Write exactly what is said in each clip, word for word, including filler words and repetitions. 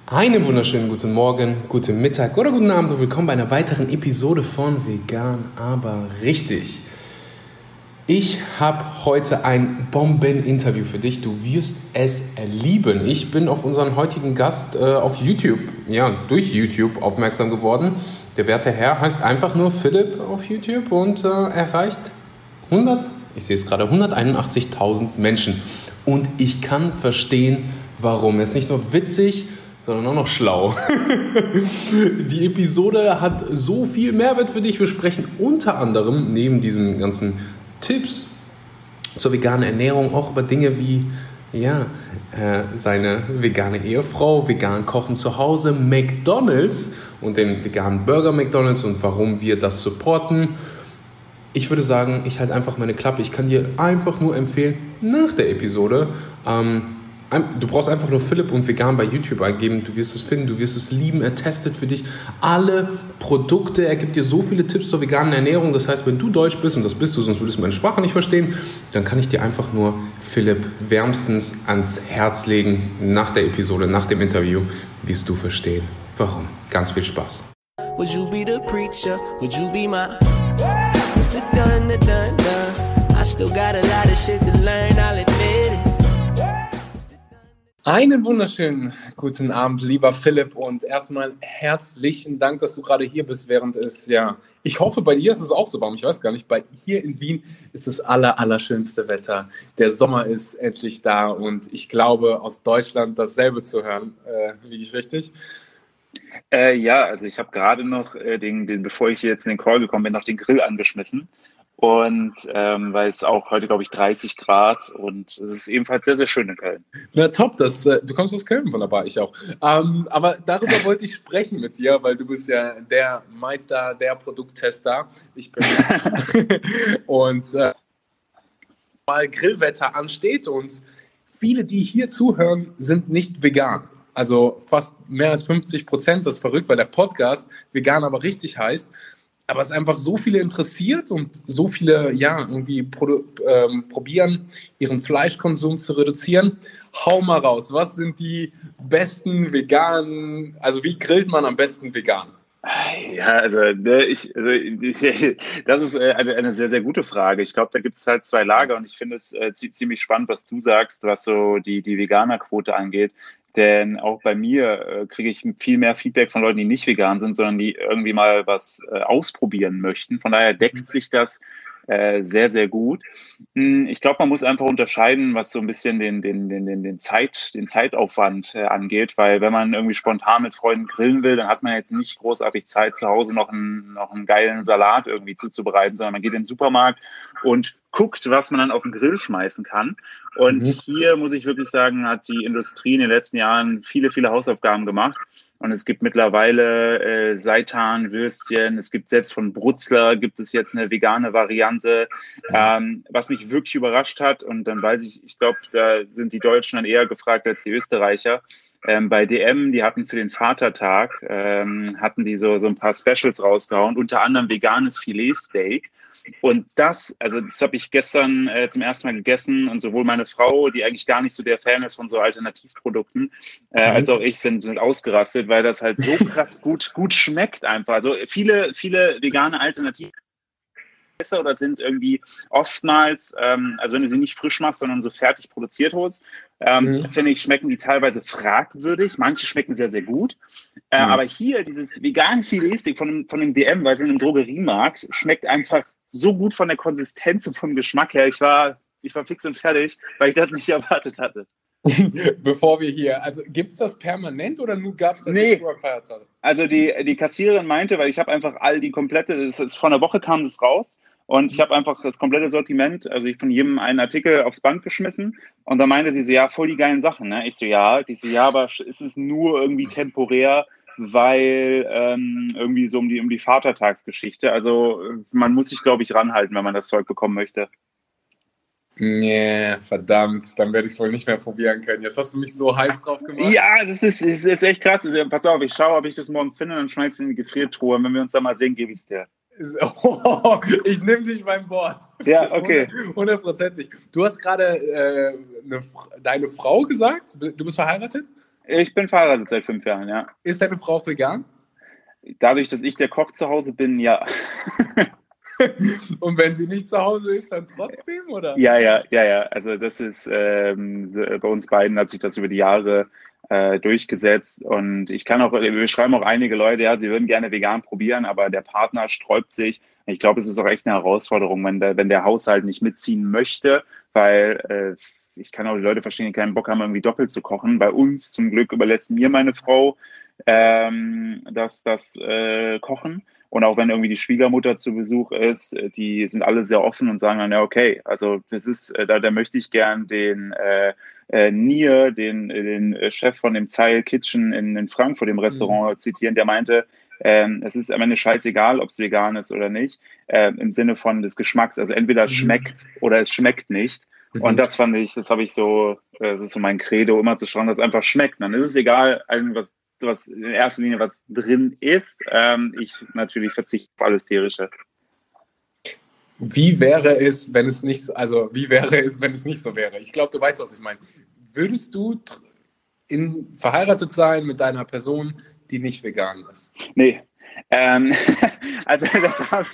Einen wunderschönen guten Morgen, guten Mittag oder guten Abend und willkommen bei einer weiteren Episode von Vegan, aber richtig. Ich habe heute ein Bomben-Interview für dich. Du wirst es lieben. Ich bin auf unseren heutigen Gast äh, auf YouTube, ja, durch YouTube aufmerksam geworden. Der werte Herr heißt einfach nur Philipp auf YouTube und äh, erreicht hundert, ich sehe es gerade, hunderteinundachtzigtausend Menschen. Und ich kann verstehen, warum. Er ist nicht nur witzig, sondern auch noch schlau. Die Episode hat so viel Mehrwert für dich. Wir sprechen unter anderem neben diesen ganzen Tipps zur veganen Ernährung auch über Dinge wie ja, äh, seine vegane Ehefrau, vegan kochen zu Hause, McDonald's und den veganen Burger McDonald's und warum wir das supporten. Ich würde sagen, ich halte einfach meine Klappe. Ich kann dir einfach nur empfehlen, nach der Episode, ähm, du brauchst einfach nur Philipp und vegan bei YouTube eingeben. Du wirst es finden, du wirst es lieben. Er testet für dich alle Produkte. Er gibt dir so viele Tipps zur veganen Ernährung. Das heißt, wenn du Deutsch bist, und das bist du, sonst würdest du meine Sprache nicht verstehen, dann kann ich dir einfach nur Philipp wärmstens ans Herz legen. Nach der Episode, nach dem Interview wirst du verstehen, warum. Ganz viel Spaß. Would you be the preacher? Would you be my Mister Dun, dun, dun, dun. I still got a lot of shit to learn, I'll admit it. Einen wunderschönen guten Abend, lieber Philipp, und erstmal herzlichen Dank, dass du gerade hier bist, während es, ja, ich hoffe, bei dir ist es auch so warm, ich weiß gar nicht, bei hier in Wien ist das aller, allerschönste Wetter. Der Sommer ist endlich da und ich glaube, aus Deutschland dasselbe zu hören. Äh, liege ich richtig? Äh, ja, also ich habe gerade noch, äh, den, den, bevor ich jetzt in den Call gekommen bin, noch den Grill angeschmissen. Und ähm, weil es auch heute, glaube ich, dreißig Grad und es ist ebenfalls sehr, sehr schön in Köln. Na top, das, äh, du kommst aus Köln, wunderbar, ich auch. Ähm, aber darüber wollte ich sprechen mit dir, weil du bist ja der Meister, der Produkttester. Ich bin und äh, mal Grillwetter ansteht und viele, die hier zuhören, sind nicht vegan. Also fast mehr als fünfzig Prozent, das ist verrückt, weil der Podcast vegan aber richtig heißt. Aber es einfach so viele interessiert und so viele, ja, irgendwie produ- ähm, probieren, ihren Fleischkonsum zu reduzieren. Hau mal raus, was sind die besten veganen, also wie grillt man am besten vegan? Ja, also, ne, ich, also ich, das ist eine, eine sehr, sehr gute Frage. Ich glaube, da gibt es halt zwei Lager und ich finde es äh, ziemlich spannend, was du sagst, was so die, die Veganerquote angeht. Denn auch bei mir äh, kriege ich viel mehr Feedback von Leuten, die nicht vegan sind, sondern die irgendwie mal was äh, ausprobieren möchten. Von daher deckt sich das äh, sehr, sehr gut. Hm, ich glaube, man muss einfach unterscheiden, was so ein bisschen den, den, den, den, den, Zeit, den Zeitaufwand äh, angeht, weil wenn man irgendwie spontan mit Freunden grillen will, dann hat man jetzt nicht großartig Zeit, zu Hause noch einen, noch einen geilen Salat irgendwie zuzubereiten, sondern man geht in den Supermarkt und guckt, was man dann auf den Grill schmeißen kann. Und mhm. hier muss ich wirklich sagen, hat die Industrie in den letzten Jahren viele, viele Hausaufgaben gemacht. Und es gibt mittlerweile äh, Seitan-Würstchen, es gibt selbst von Brutzler gibt es jetzt eine vegane Variante, ähm, was mich wirklich überrascht hat. Und dann weiß ich, ich glaube, da sind die Deutschen dann eher gefragt als die Österreicher. Ähm, bei D M, die hatten für den Vatertag, ähm, hatten die so, so ein paar Specials rausgehauen, unter anderem veganes Filetsteak. Und das, also das habe ich gestern äh, zum ersten Mal gegessen und sowohl meine Frau, die eigentlich gar nicht so der Fan ist von so Alternativprodukten, äh, mhm. als auch ich sind, sind ausgerastet, weil das halt so krass gut, gut schmeckt einfach. Also viele, viele vegane Alternativen besser oder sind irgendwie oftmals, ähm, also wenn du sie nicht frisch machst, sondern so fertig produziert holst, ähm, mhm. finde ich, schmecken die teilweise fragwürdig. Manche schmecken sehr, sehr gut. Äh, mhm. Aber hier, dieses vegan Filetsteak von dem, von dem D M, weil es in einem Drogeriemarkt, schmeckt einfach so gut von der Konsistenz und vom Geschmack her. Ich war, ich war fix und fertig, weil ich das nicht erwartet hatte. Bevor wir hier, also gibt es das permanent oder nur gab es das nee. über Feiertage? Also die, die Kassiererin meinte, weil ich habe einfach all die komplette, das ist, vor einer Woche kam das raus und ich habe einfach das komplette Sortiment, also ich von jedem einen Artikel aufs Band geschmissen und da meinte sie so, ja, voll die geilen Sachen, ne? Ich so, ja, die so, ja, aber ist es nur irgendwie temporär, weil ähm, irgendwie so um die, um die Vatertagsgeschichte, also man muss sich, glaube ich, ranhalten, wenn man das Zeug bekommen möchte. Nee, verdammt, dann werde ich es wohl nicht mehr probieren können. Jetzt hast du mich so heiß drauf gemacht. Ja, das ist, das ist echt krass. Also, pass auf, ich schaue, ob ich das morgen finde, dann schmeiß ich in die Gefriertruhe. Und wenn wir uns da mal sehen, gebe ich es dir. Oh, ich nehme dich beim Wort. Ja, okay. Hundertprozentig. Du hast gerade äh, eine, deine Frau gesagt, du bist verheiratet? Ich bin verheiratet seit fünf Jahren, ja. Ist deine Frau vegan? Dadurch, dass ich der Koch zu Hause bin, ja. Und wenn sie nicht zu Hause ist, dann trotzdem, oder? Ja, ja, ja, ja. Also das ist ähm, so, bei uns beiden hat sich das über die Jahre äh, durchgesetzt. Und ich kann auch, wir schreiben auch einige Leute, ja, sie würden gerne vegan probieren, aber der Partner sträubt sich. Ich glaube, es ist auch echt eine Herausforderung, wenn der, wenn der Haushalt nicht mitziehen möchte, weil äh, ich kann auch die Leute verstehen, die keinen Bock haben, irgendwie doppelt zu kochen. Bei uns zum Glück überlässt mir meine Frau ähm, das, das äh, Kochen. Und auch wenn irgendwie die Schwiegermutter zu Besuch ist, die sind alle sehr offen und sagen dann, ja, okay, also das ist, da, da möchte ich gern den äh, äh, Nier, den, den Chef von dem Zeil Kitchen in, in Frankfurt, dem Restaurant, mhm. zitieren, der meinte, ähm, es ist am Ende scheißegal, ob es vegan ist oder nicht, äh, im Sinne von des Geschmacks. Also entweder es mhm. schmeckt oder es schmeckt nicht. Mhm. Und das fand ich, das habe ich so, das ist so mein Credo, immer zu schauen, dass es einfach schmeckt. Dann ist es egal, was was in erster Linie was drin ist. Ähm, ich natürlich verzichte auf alles Tierische. Wie wäre es, wenn es nicht so, also wie wäre es, wenn es nicht so wäre? Ich glaube, du weißt, was ich meine. Würdest du in, verheiratet sein mit einer Person, die nicht vegan ist? Nee. Ähm, also, das hab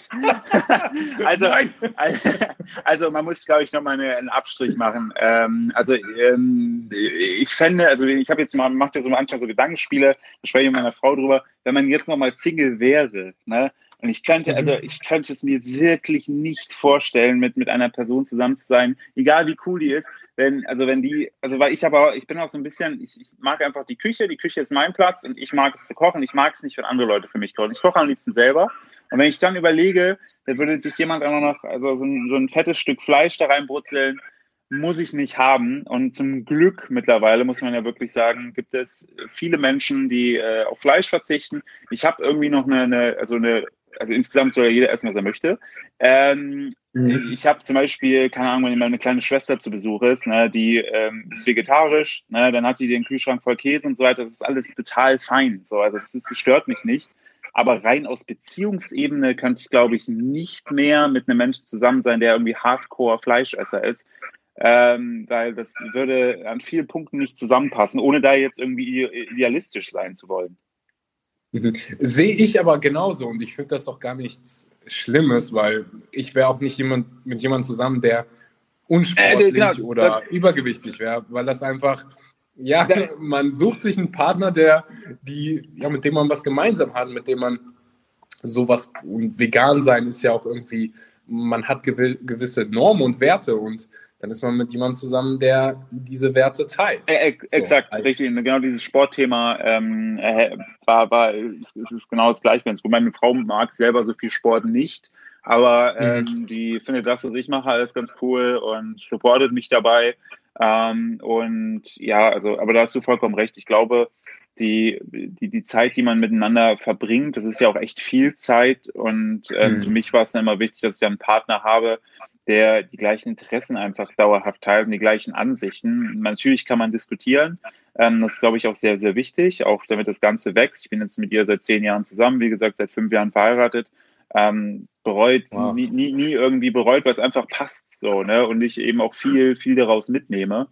ich, also, also, also man muss, glaube ich, nochmal einen Abstrich machen. Ähm, also ähm, ich fände, also ich habe jetzt mal, macht ja so manchmal so Gedankenspiele, da spreche ich mit meiner Frau drüber, wenn man jetzt nochmal Single wäre, ne? Und ich könnte, also ich könnte es mir wirklich nicht vorstellen, mit, mit einer Person zusammen zu sein, egal wie cool die ist, wenn, also wenn die, also weil ich aber, ich bin auch so ein bisschen, ich, ich mag einfach die Küche, die Küche ist mein Platz und ich mag es zu kochen, ich mag es nicht, wenn andere Leute für mich kochen. Ich koche am liebsten selber. Und wenn ich dann überlege, dann würde sich jemand auch noch, also so ein, so ein fettes Stück Fleisch da reinbrutzeln, muss ich nicht haben. Und zum Glück mittlerweile, muss man ja wirklich sagen, gibt es viele Menschen, die äh, auf Fleisch verzichten. Ich habe irgendwie noch eine, eine, also eine, also insgesamt soll ja jeder essen, was er möchte. Ähm, mhm. Ich habe zum Beispiel, keine Ahnung, wenn meine kleine Schwester zu Besuch ist, ne, die ähm, ist vegetarisch, ne, dann hat die den Kühlschrank voll Käse und so weiter. Das ist alles total fein. So, also das, ist, das stört mich nicht. Aber rein aus Beziehungsebene könnte ich, glaube ich, nicht mehr mit einem Menschen zusammen sein, der irgendwie Hardcore-Fleischesser ist. Ähm, weil das würde an vielen Punkten nicht zusammenpassen, ohne da jetzt irgendwie idealistisch sein zu wollen. Mhm. Sehe ich aber genauso und ich finde das auch gar nichts Schlimmes, weil ich wäre auch nicht jemand, mit jemandem zusammen, der unsportlich äh, genau, oder das, übergewichtig wäre, weil das einfach, ja, das, man sucht sich einen Partner, der, die, ja, mit dem man was gemeinsam hat, mit dem man sowas, und vegan sein ist ja auch irgendwie, man hat gew- gewisse Normen und Werte und dann ist man mit jemandem zusammen, der diese Werte teilt. Äh, äh, exakt, so, richtig. Genau dieses Sportthema ähm, äh, war, war es ist, ist genau das Gleiche. Meine Frau mag selber so viel Sport nicht, aber ähm, mhm. die findet das, was ich mache, alles ganz cool und supportet mich dabei. Ähm, und ja, also, aber da hast du vollkommen recht. Ich glaube, die, die, die Zeit, die man miteinander verbringt, das ist ja auch echt viel Zeit. Und ähm, mhm. für mich war es dann immer wichtig, dass ich einen Partner habe, der die gleichen Interessen einfach dauerhaft teilt und die gleichen Ansichten. Natürlich kann man diskutieren. Ähm, das ist, glaube ich, auch sehr, sehr wichtig, auch damit das Ganze wächst. Ich bin jetzt mit ihr seit zehn Jahren zusammen, wie gesagt, seit fünf Jahren verheiratet. Ähm, bereut, wow. nie, nie, nie irgendwie bereut, weil es einfach passt so, ne? Und ich eben auch viel, viel daraus mitnehme.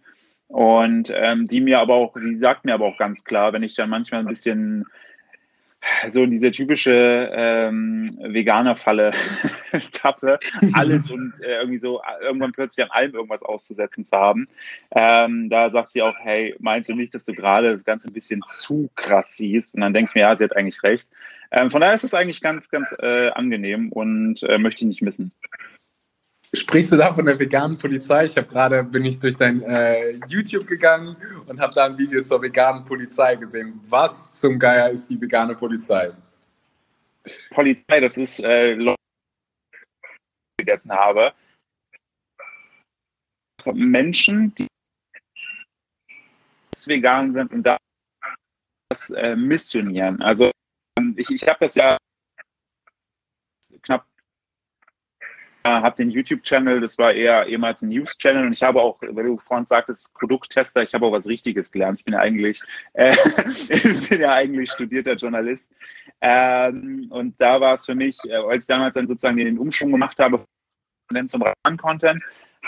Und ähm, die mir aber auch, sie sagt mir aber auch ganz klar, wenn ich dann manchmal ein bisschen so in diese typische ähm, Veganer-Falle tappe, alles und äh, irgendwie so irgendwann plötzlich an allem irgendwas auszusetzen zu haben. Ähm, da sagt sie auch, hey, meinst du nicht, dass du gerade das Ganze ein bisschen zu krass siehst? Und dann denke ich mir, ja, sie hat eigentlich recht. Ähm, von daher ist es eigentlich ganz, ganz äh, angenehm und äh, möchte ich nicht missen. Sprichst du da von der veganen Polizei? Ich habe gerade, bin ich durch dein äh, YouTube gegangen und habe da ein Video zur veganen Polizei gesehen. Was zum Geier ist die vegane Polizei? Polizei, das ist äh, Leute, die ich gegessen habe. Menschen, die vegan sind und das äh, missionieren. Also ich, ich habe das ja knapp habe den YouTube-Channel, das war eher ehemals ein News-Channel und ich habe auch, weil du vorhin sagtest, Produkttester, ich habe auch was Richtiges gelernt. Ich bin ja eigentlich, äh, ich bin ja eigentlich studierter Journalist. Ähm, und da war es für mich, äh, als ich damals dann sozusagen den Umschwung gemacht habe, zum Rahn-Content, habe ich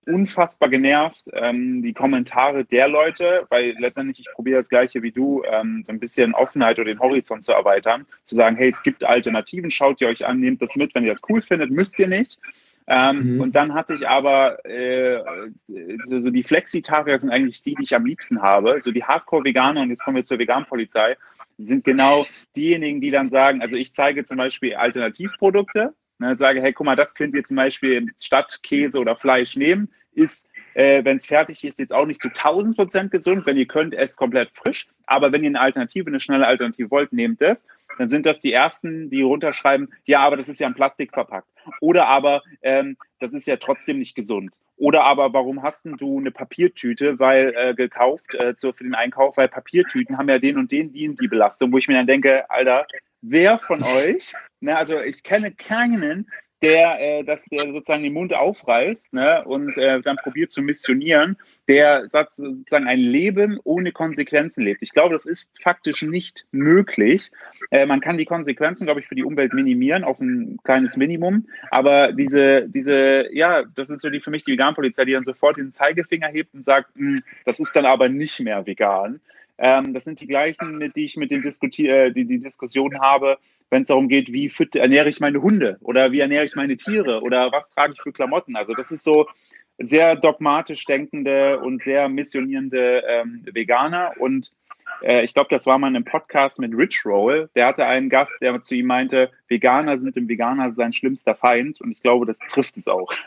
unfassbar genervt, ähm, die Kommentare der Leute, weil letztendlich, ich probiere das Gleiche wie du, ähm, so ein bisschen Offenheit oder den Horizont zu erweitern, zu sagen, hey, es gibt Alternativen, schaut ihr euch an, nehmt das mit, wenn ihr das cool findet, müsst ihr nicht. Ähm, mhm. Und dann hatte ich aber äh, so, so die Flexitarier sind eigentlich die, die ich am liebsten habe, so die Hardcore-Veganer, und jetzt kommen wir zur Vegan-Polizei, sind genau diejenigen, die dann sagen, also ich zeige zum Beispiel Alternativprodukte, ne, sage, hey, guck mal, das könnt ihr zum Beispiel statt Käse oder Fleisch nehmen, ist, äh, wenn es fertig ist, jetzt auch nicht zu tausend Prozent gesund, wenn ihr könnt, esst komplett frisch, aber wenn ihr eine Alternative, eine schnelle Alternative wollt, nehmt es, dann sind das die Ersten, die runterschreiben, ja, aber das ist ja in Plastik verpackt. Oder aber, ähm, das ist ja trotzdem nicht gesund. Oder aber, warum hast denn du eine Papiertüte weil äh, gekauft äh, so für den Einkauf? Weil Papiertüten haben ja den und den, die und die Belastung, wo ich mir dann denke, Alter, wer von euch, ne, also ich kenne keinen, der, äh, dass der sozusagen den Mund aufreißt, ne, und äh, dann probiert zu missionieren, der sozusagen ein Leben ohne Konsequenzen lebt. Ich glaube, das ist faktisch nicht möglich. Äh, man kann die Konsequenzen, glaube ich, für die Umwelt minimieren auf ein kleines Minimum, aber diese, diese, ja, das ist so die für mich die Vegan-Polizei, die dann sofort den Zeigefinger hebt und sagt, das ist dann aber nicht mehr vegan. Ähm, das sind die gleichen, mit die ich mit den Diskuti- äh, die, die Diskussion habe, wenn es darum geht, wie füt- ernähre ich meine Hunde oder wie ernähre ich meine Tiere oder was trage ich für Klamotten. Also das ist so sehr dogmatisch denkende und sehr missionierende ähm, Veganer. Und äh, ich glaube, das war mal in einem Podcast mit Rich Roll. Der hatte einen Gast, der zu ihm meinte, Veganer sind dem Veganer sein schlimmster Feind. Und ich glaube, das trifft es auch.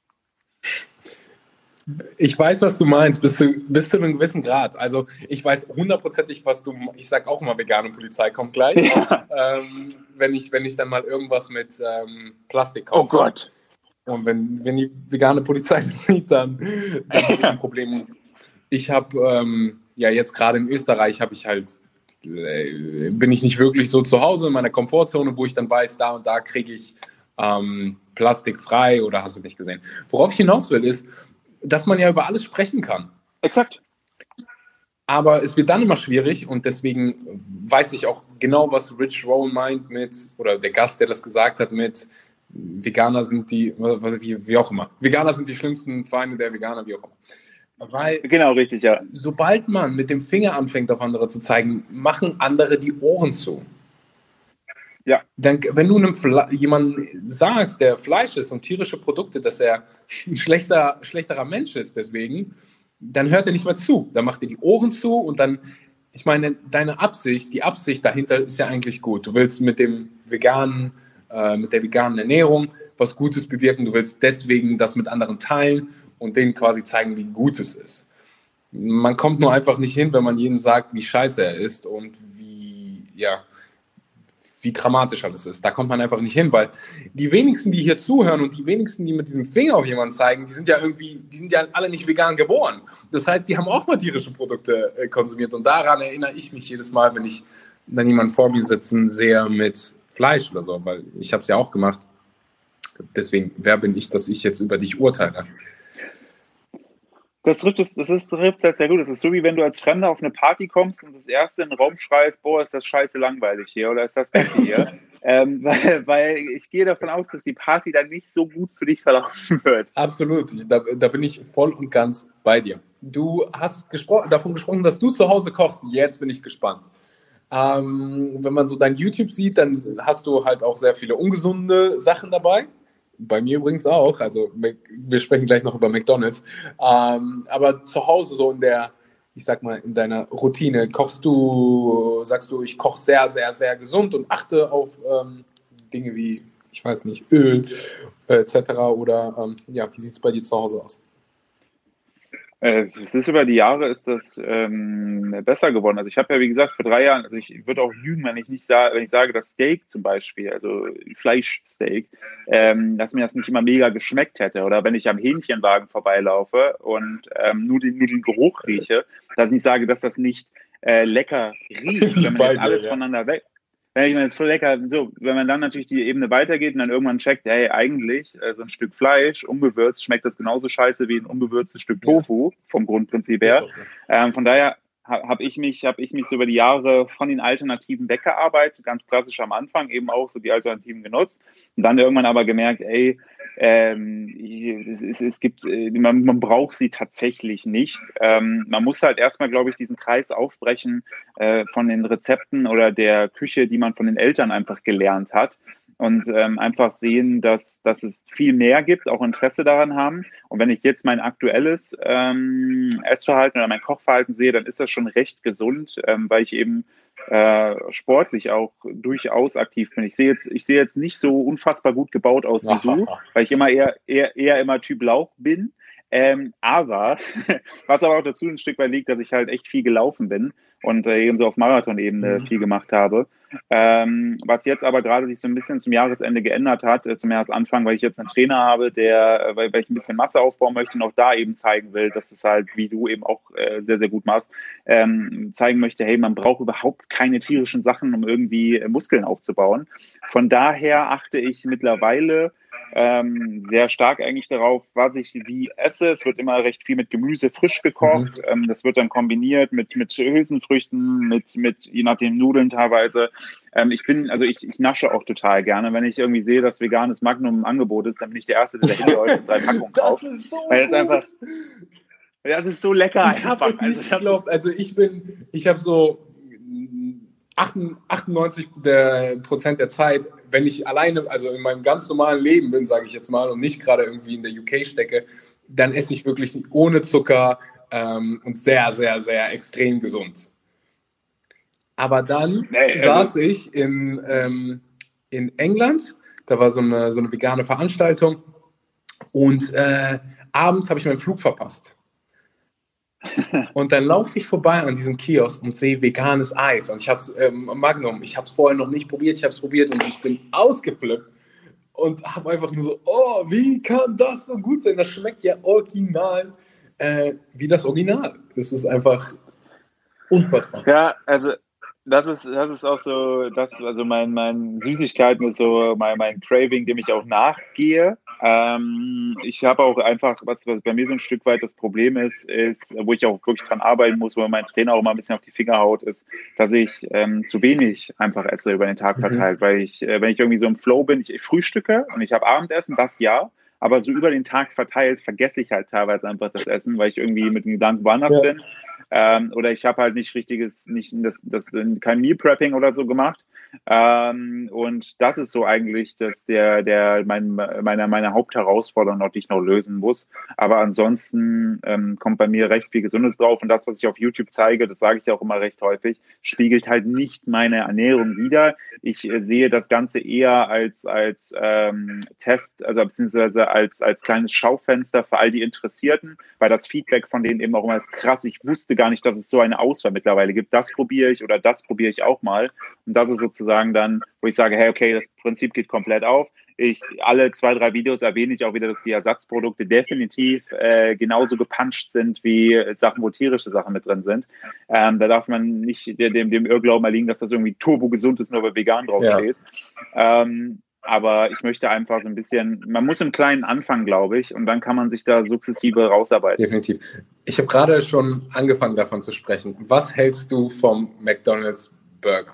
Ich weiß, was du meinst, bis zu, bis zu einem gewissen Grad. Also ich weiß hundertprozentig, was du, ich sage auch immer, vegane Polizei kommt gleich, ja. ähm, wenn, ich, wenn ich dann mal irgendwas mit ähm, Plastik kaufe. Oh Gott. Und wenn, wenn die vegane Polizei das sieht, dann, dann habe ich ein Problem. Ich habe, ähm, ja jetzt gerade in Österreich, habe ich halt, äh, bin ich nicht wirklich so zu Hause in meiner Komfortzone, wo ich dann weiß, da und da kriege ich ähm, Plastik frei oder hast du nicht gesehen. Worauf ich hinaus will, ist, dass man ja über alles sprechen kann. Exakt. Aber es wird dann immer schwierig und deswegen weiß ich auch genau, was Rich Roll meint mit, oder der Gast, der das gesagt hat, mit Veganer sind die, wie, wie auch immer. Veganer sind die schlimmsten Feinde der Veganer, wie auch immer. Weil, genau, richtig, ja. Sobald man mit dem Finger anfängt, auf andere zu zeigen, machen andere die Ohren zu. Ja. Dann, wenn du einem jemandem sagst, der Fleisch ist und tierische Produkte, dass er ein schlechter, schlechterer Mensch ist, deswegen, dann hört er nicht mehr zu. Dann macht er die Ohren zu und dann, ich meine, deine Absicht, die Absicht dahinter ist ja eigentlich gut. Du willst mit dem veganen, äh, mit der veganen Ernährung was Gutes bewirken. Du willst deswegen das mit anderen teilen und denen quasi zeigen, wie gut es ist. Man kommt nur einfach nicht hin, wenn man jedem sagt, wie scheiße er ist und wie, ja, wie dramatisch alles ist. Da kommt man einfach nicht hin, weil die wenigsten, die hier zuhören und die wenigsten, die mit diesem Finger auf jemanden zeigen, die sind ja irgendwie, die sind ja alle nicht vegan geboren. Das heißt, die haben auch mal tierische Produkte äh, konsumiert und daran erinnere ich mich jedes Mal, wenn ich dann jemanden vor mir sitzen sehe mit Fleisch oder so, weil ich habe es ja auch gemacht. Deswegen, wer bin ich, dass ich jetzt über dich urteile? Das trifft es, das ist, trifft halt sehr gut. Das ist so, wie wenn du als Fremder auf eine Party kommst und das erste in den Raum schreist, boah, ist das scheiße langweilig hier oder ist das kacke hier? ähm, weil, weil ich gehe davon aus, dass die Party dann nicht so gut für dich verlaufen wird. Absolut, da, da bin ich voll und ganz bei dir. Du hast gespro- davon gesprochen, dass du zu Hause kochst. Jetzt bin ich gespannt. Ähm, wenn man so dein YouTube sieht, dann hast du halt auch sehr viele ungesunde Sachen dabei. Bei mir übrigens auch, also wir sprechen gleich noch über McDonald's, ähm, aber zu Hause so in der, ich sag mal, in deiner Routine, kochst du, sagst du, ich koche sehr, sehr, sehr gesund und achte auf ähm, Dinge wie, ich weiß nicht, Öl äh, et cetera oder ähm, ja, wie sieht es bei dir zu Hause aus? Es ist über die Jahre ist das ähm, besser geworden. Also ich habe ja, wie gesagt, vor drei Jahren, also ich würde auch lügen, wenn ich nicht sage, wenn ich sage, das Steak zum Beispiel, also Fleischsteak, ähm, dass mir das nicht immer mega geschmeckt hätte. Oder wenn ich am Hähnchenwagen vorbeilaufe und ähm, nur, den, nur den Geruch rieche, dass ich sage, dass das nicht äh, lecker riecht, wenn man jetzt alles ja. voneinander weg. Wenn ich meine, das ist voll lecker. So, wenn man dann natürlich die Ebene weitergeht und dann irgendwann checkt, hey, eigentlich äh, so ein Stück Fleisch, unbewürzt, schmeckt das genauso scheiße wie ein unbewürztes Stück Tofu, ja. vom Grundprinzip her. Ähm, von daher habe ich mich, habe ich mich so über die Jahre von den Alternativen weggearbeitet, ganz klassisch am Anfang eben auch so die Alternativen genutzt und dann irgendwann aber gemerkt, ey, ähm, es, es, es gibt, man, man braucht sie tatsächlich nicht. Ähm, man muss halt erstmal, glaube ich, diesen Kreis aufbrechen äh, von den Rezepten oder der Küche, die man von den Eltern einfach gelernt hat. Und ähm, einfach sehen, dass, dass es viel mehr gibt, auch Interesse daran haben. Und wenn ich jetzt mein aktuelles ähm, Essverhalten oder mein Kochverhalten sehe, dann ist das schon recht gesund, ähm, weil ich eben äh, sportlich auch durchaus aktiv bin. Ich sehe jetzt, ich sehe jetzt nicht so unfassbar gut gebaut aus wie du, weil ich immer eher, eher, eher immer Typ Lauch bin. Ähm, aber, was aber auch dazu ein Stück weit liegt, dass ich halt echt viel gelaufen bin und äh, eben so auf Marathon-Ebene mhm. viel gemacht habe. Ähm, was jetzt aber gerade sich so ein bisschen zum Jahresende geändert hat, äh, zum Jahresanfang, weil ich jetzt einen Trainer habe, der, äh, weil, weil ich ein bisschen Masse aufbauen möchte und auch da eben zeigen will, dass es halt, wie du eben auch äh, sehr, sehr gut machst, ähm, zeigen möchte, hey, man braucht überhaupt keine tierischen Sachen, um irgendwie äh, Muskeln aufzubauen. Von daher achte ich mittlerweile Ähm, sehr stark eigentlich darauf, was ich wie esse. Es wird immer recht viel mit Gemüse frisch gekocht. Mhm. Ähm, das wird dann kombiniert mit, mit Hülsenfrüchten, mit, mit, je nachdem, Nudeln teilweise. Ähm, ich bin, also ich, ich nasche auch total gerne. Wenn ich irgendwie sehe, dass veganes Magnum im Angebot ist, dann bin ich der Erste, der da hinläuft und drei Packungen kauft. Das ist so Weil das einfach, das ist so lecker. Ich habe es nicht also, geglaubt. Also ich bin, ich habe so achtundneunzig Prozent der Zeit, wenn ich alleine, also in meinem ganz normalen Leben bin, sage ich jetzt mal, und nicht gerade irgendwie in der U K stecke, dann esse ich wirklich ohne Zucker ähm, und sehr, sehr, sehr extrem gesund. Aber dann nee, saß äh, ich in, ähm, in England, da war so eine, so eine vegane Veranstaltung und äh, abends habe ich meinen Flug verpasst. Und dann laufe ich vorbei an diesem Kiosk und sehe veganes Eis. Und ich habe es, ähm, Magnum, ich habe es vorher noch nicht probiert, ich habe es probiert und ich bin ausgeflippt und habe einfach nur so, oh, wie kann das so gut sein? Das schmeckt ja original äh, wie das Original. Das ist einfach unfassbar. Ja, also das ist, das ist auch so, das, also mein, mein Süßigkeiten ist so mein, mein Craving, dem ich auch nachgehe. Ähm, ich habe auch einfach, was, was bei mir so ein Stück weit das Problem ist, ist, wo ich auch wirklich dran arbeiten muss, wo mein Trainer auch mal ein bisschen auf die Finger haut, ist, dass ich ähm, zu wenig einfach esse über den Tag verteilt, mhm. weil ich, äh, wenn ich irgendwie so im Flow bin, ich, ich frühstücke und ich habe Abendessen, das ja, aber so über den Tag verteilt vergesse ich halt teilweise einfach das Essen, weil ich irgendwie mit dem Gedanken woanders ja. bin. Ähm, oder ich habe halt nicht richtiges, nicht das, das, kein Meal Prepping oder so gemacht. Ähm, und das ist so eigentlich das, der, der, mein, meine, meine Hauptherausforderung noch, die ich noch lösen muss. Aber ansonsten ähm, kommt bei mir recht viel Gesundes drauf. Und das, was ich auf YouTube zeige, das sage ich auch immer recht häufig, spiegelt halt nicht meine Ernährung wider. Ich äh, sehe das Ganze eher als, als ähm, Test, also beziehungsweise als, als kleines Schaufenster für all die Interessierten, weil das Feedback von denen eben auch immer ist krass. Ich wusste gar nicht, dass es so eine Auswahl mittlerweile gibt. Das probiere ich oder das probiere ich auch mal. Und das ist sozusagen dann, wo ich sage, hey, okay, das Prinzip geht komplett auf. Ich, alle zwei, drei Videos erwähne ich auch wieder, dass die Ersatzprodukte definitiv äh, genauso gepuncht sind wie Sachen, wo tierische Sachen mit drin sind. Ähm, da darf man nicht dem, dem Irrglauben erliegen, dass das irgendwie turbo gesund ist, nur weil vegan draufsteht. Ja. Ähm, aber ich möchte einfach so ein bisschen, man muss im Kleinen anfangen, glaube ich, und dann kann man sich da sukzessive rausarbeiten. Definitiv. Ich habe gerade schon angefangen davon zu sprechen. Was hältst du vom McDonald's Burger?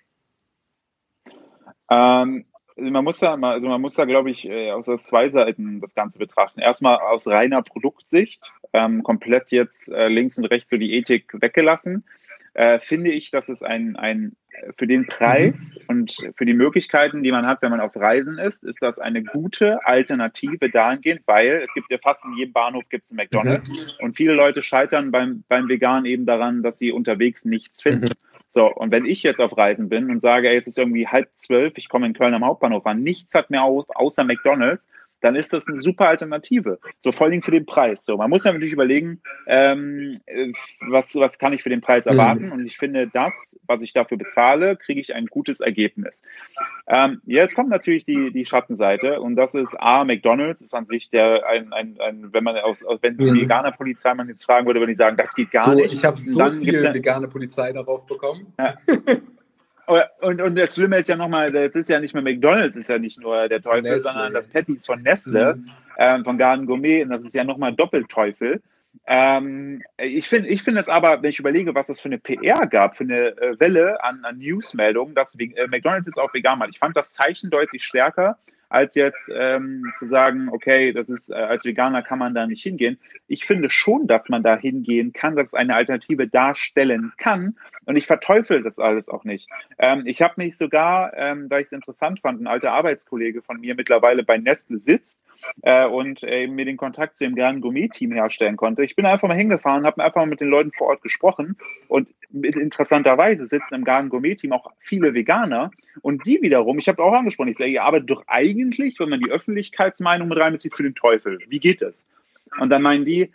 Ähm, man muss da, also man muss da, glaube ich, aus zwei Seiten das Ganze betrachten. Erstmal aus reiner Produktsicht, ähm, komplett jetzt äh, links und rechts so die Ethik weggelassen. Äh, finde ich, dass es ein, ein für den Preis mhm. und für die Möglichkeiten, die man hat, wenn man auf Reisen ist, ist das eine gute Alternative dahingehend, weil es gibt ja fast in jedem Bahnhof gibt es einen McDonald's mhm. und viele Leute scheitern beim, beim Vegan eben daran, dass sie unterwegs nichts finden. Mhm. So, und wenn ich jetzt auf Reisen bin und sage, ey, es ist irgendwie halb zwölf, ich komme in Köln am Hauptbahnhof an, nichts hat mehr aus, außer McDonald's, dann ist das eine super Alternative. So vor allem für den Preis. So, man muss ja natürlich überlegen, ähm, was, was kann ich für den Preis erwarten? Mhm. Und ich finde, das, was ich dafür bezahle, kriege ich ein gutes Ergebnis. Ähm, jetzt kommt natürlich die, die Schattenseite und das ist A, McDonald's ist an sich der, ein, ein, ein wenn man aus, wenn die mhm. veganer Polizei man jetzt fragen würde, würde ich sagen, das geht gar du, nicht. Ich habe so dann viel vegane Polizei darauf bekommen. Ja. Und, und das Schlimme ist ja nochmal, das ist ja nicht mehr McDonald's, ist ja nicht nur der Teufel, Nestle. Sondern das Patties von Nestle, mhm. ähm, von Garden Gourmet, und das ist ja nochmal Doppelteufel. Ähm, ich finde ich finde es aber, wenn ich überlege, was es für eine P R gab, für eine äh, Welle an, an Newsmeldungen, dass äh, McDonald's jetzt auch vegan macht. Ich fand das Zeichen deutlich stärker, als jetzt ähm, zu sagen, okay, das ist äh, als Veganer kann man da nicht hingehen. Ich finde schon, dass man da hingehen kann, dass es eine Alternative darstellen kann. Und ich verteufel das alles auch nicht. Ähm, ich habe mich sogar, ähm, da ich es interessant fand, ein alter Arbeitskollege von mir mittlerweile bei Nestle sitzt äh, und äh, mir den Kontakt zu dem Garden Gourmet-Team herstellen konnte. Ich bin einfach mal hingefahren, habe einfach mal mit den Leuten vor Ort gesprochen und interessanterweise sitzen im Garden Gourmet-Team auch viele Veganer und die wiederum, ich habe auch angesprochen, ich sage, ihr arbeitet doch eigentlich, wenn man die Öffentlichkeitsmeinung mit reinbezieht, für den Teufel. Wie geht das? Und dann meinen die,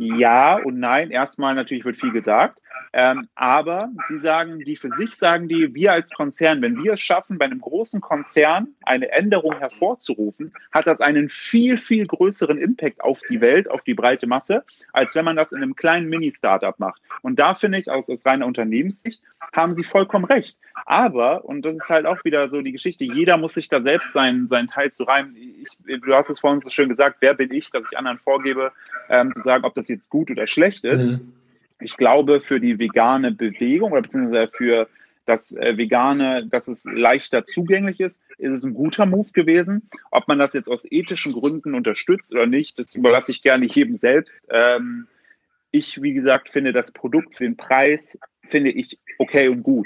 ja und nein. Erstmal natürlich wird viel gesagt, ähm, aber die sagen, die für sich sagen die, wir als Konzern, wenn wir es schaffen, bei einem großen Konzern eine Änderung hervorzurufen, hat das einen viel, viel größeren Impact auf die Welt, auf die breite Masse, als wenn man das in einem kleinen Mini-Startup macht. Und da finde ich, aus, aus reiner Unternehmenssicht, haben sie vollkommen recht. Aber, und das ist halt auch wieder so die Geschichte, jeder muss sich da selbst seinen, seinen Teil zu reimen. Ich, du hast es vorhin so schön gesagt, wer bin ich, dass ich anderen vorgebe, ähm, zu sagen, ob das jetzt gut oder schlecht ist. Mhm. Ich glaube, für die vegane Bewegung oder beziehungsweise für das äh, Vegane, dass es leichter zugänglich ist, ist es ein guter Move gewesen. Ob man das jetzt aus ethischen Gründen unterstützt oder nicht, das überlasse ich gerne jedem selbst. Ähm, ich, wie gesagt, finde das Produkt für den Preis, finde ich okay und gut.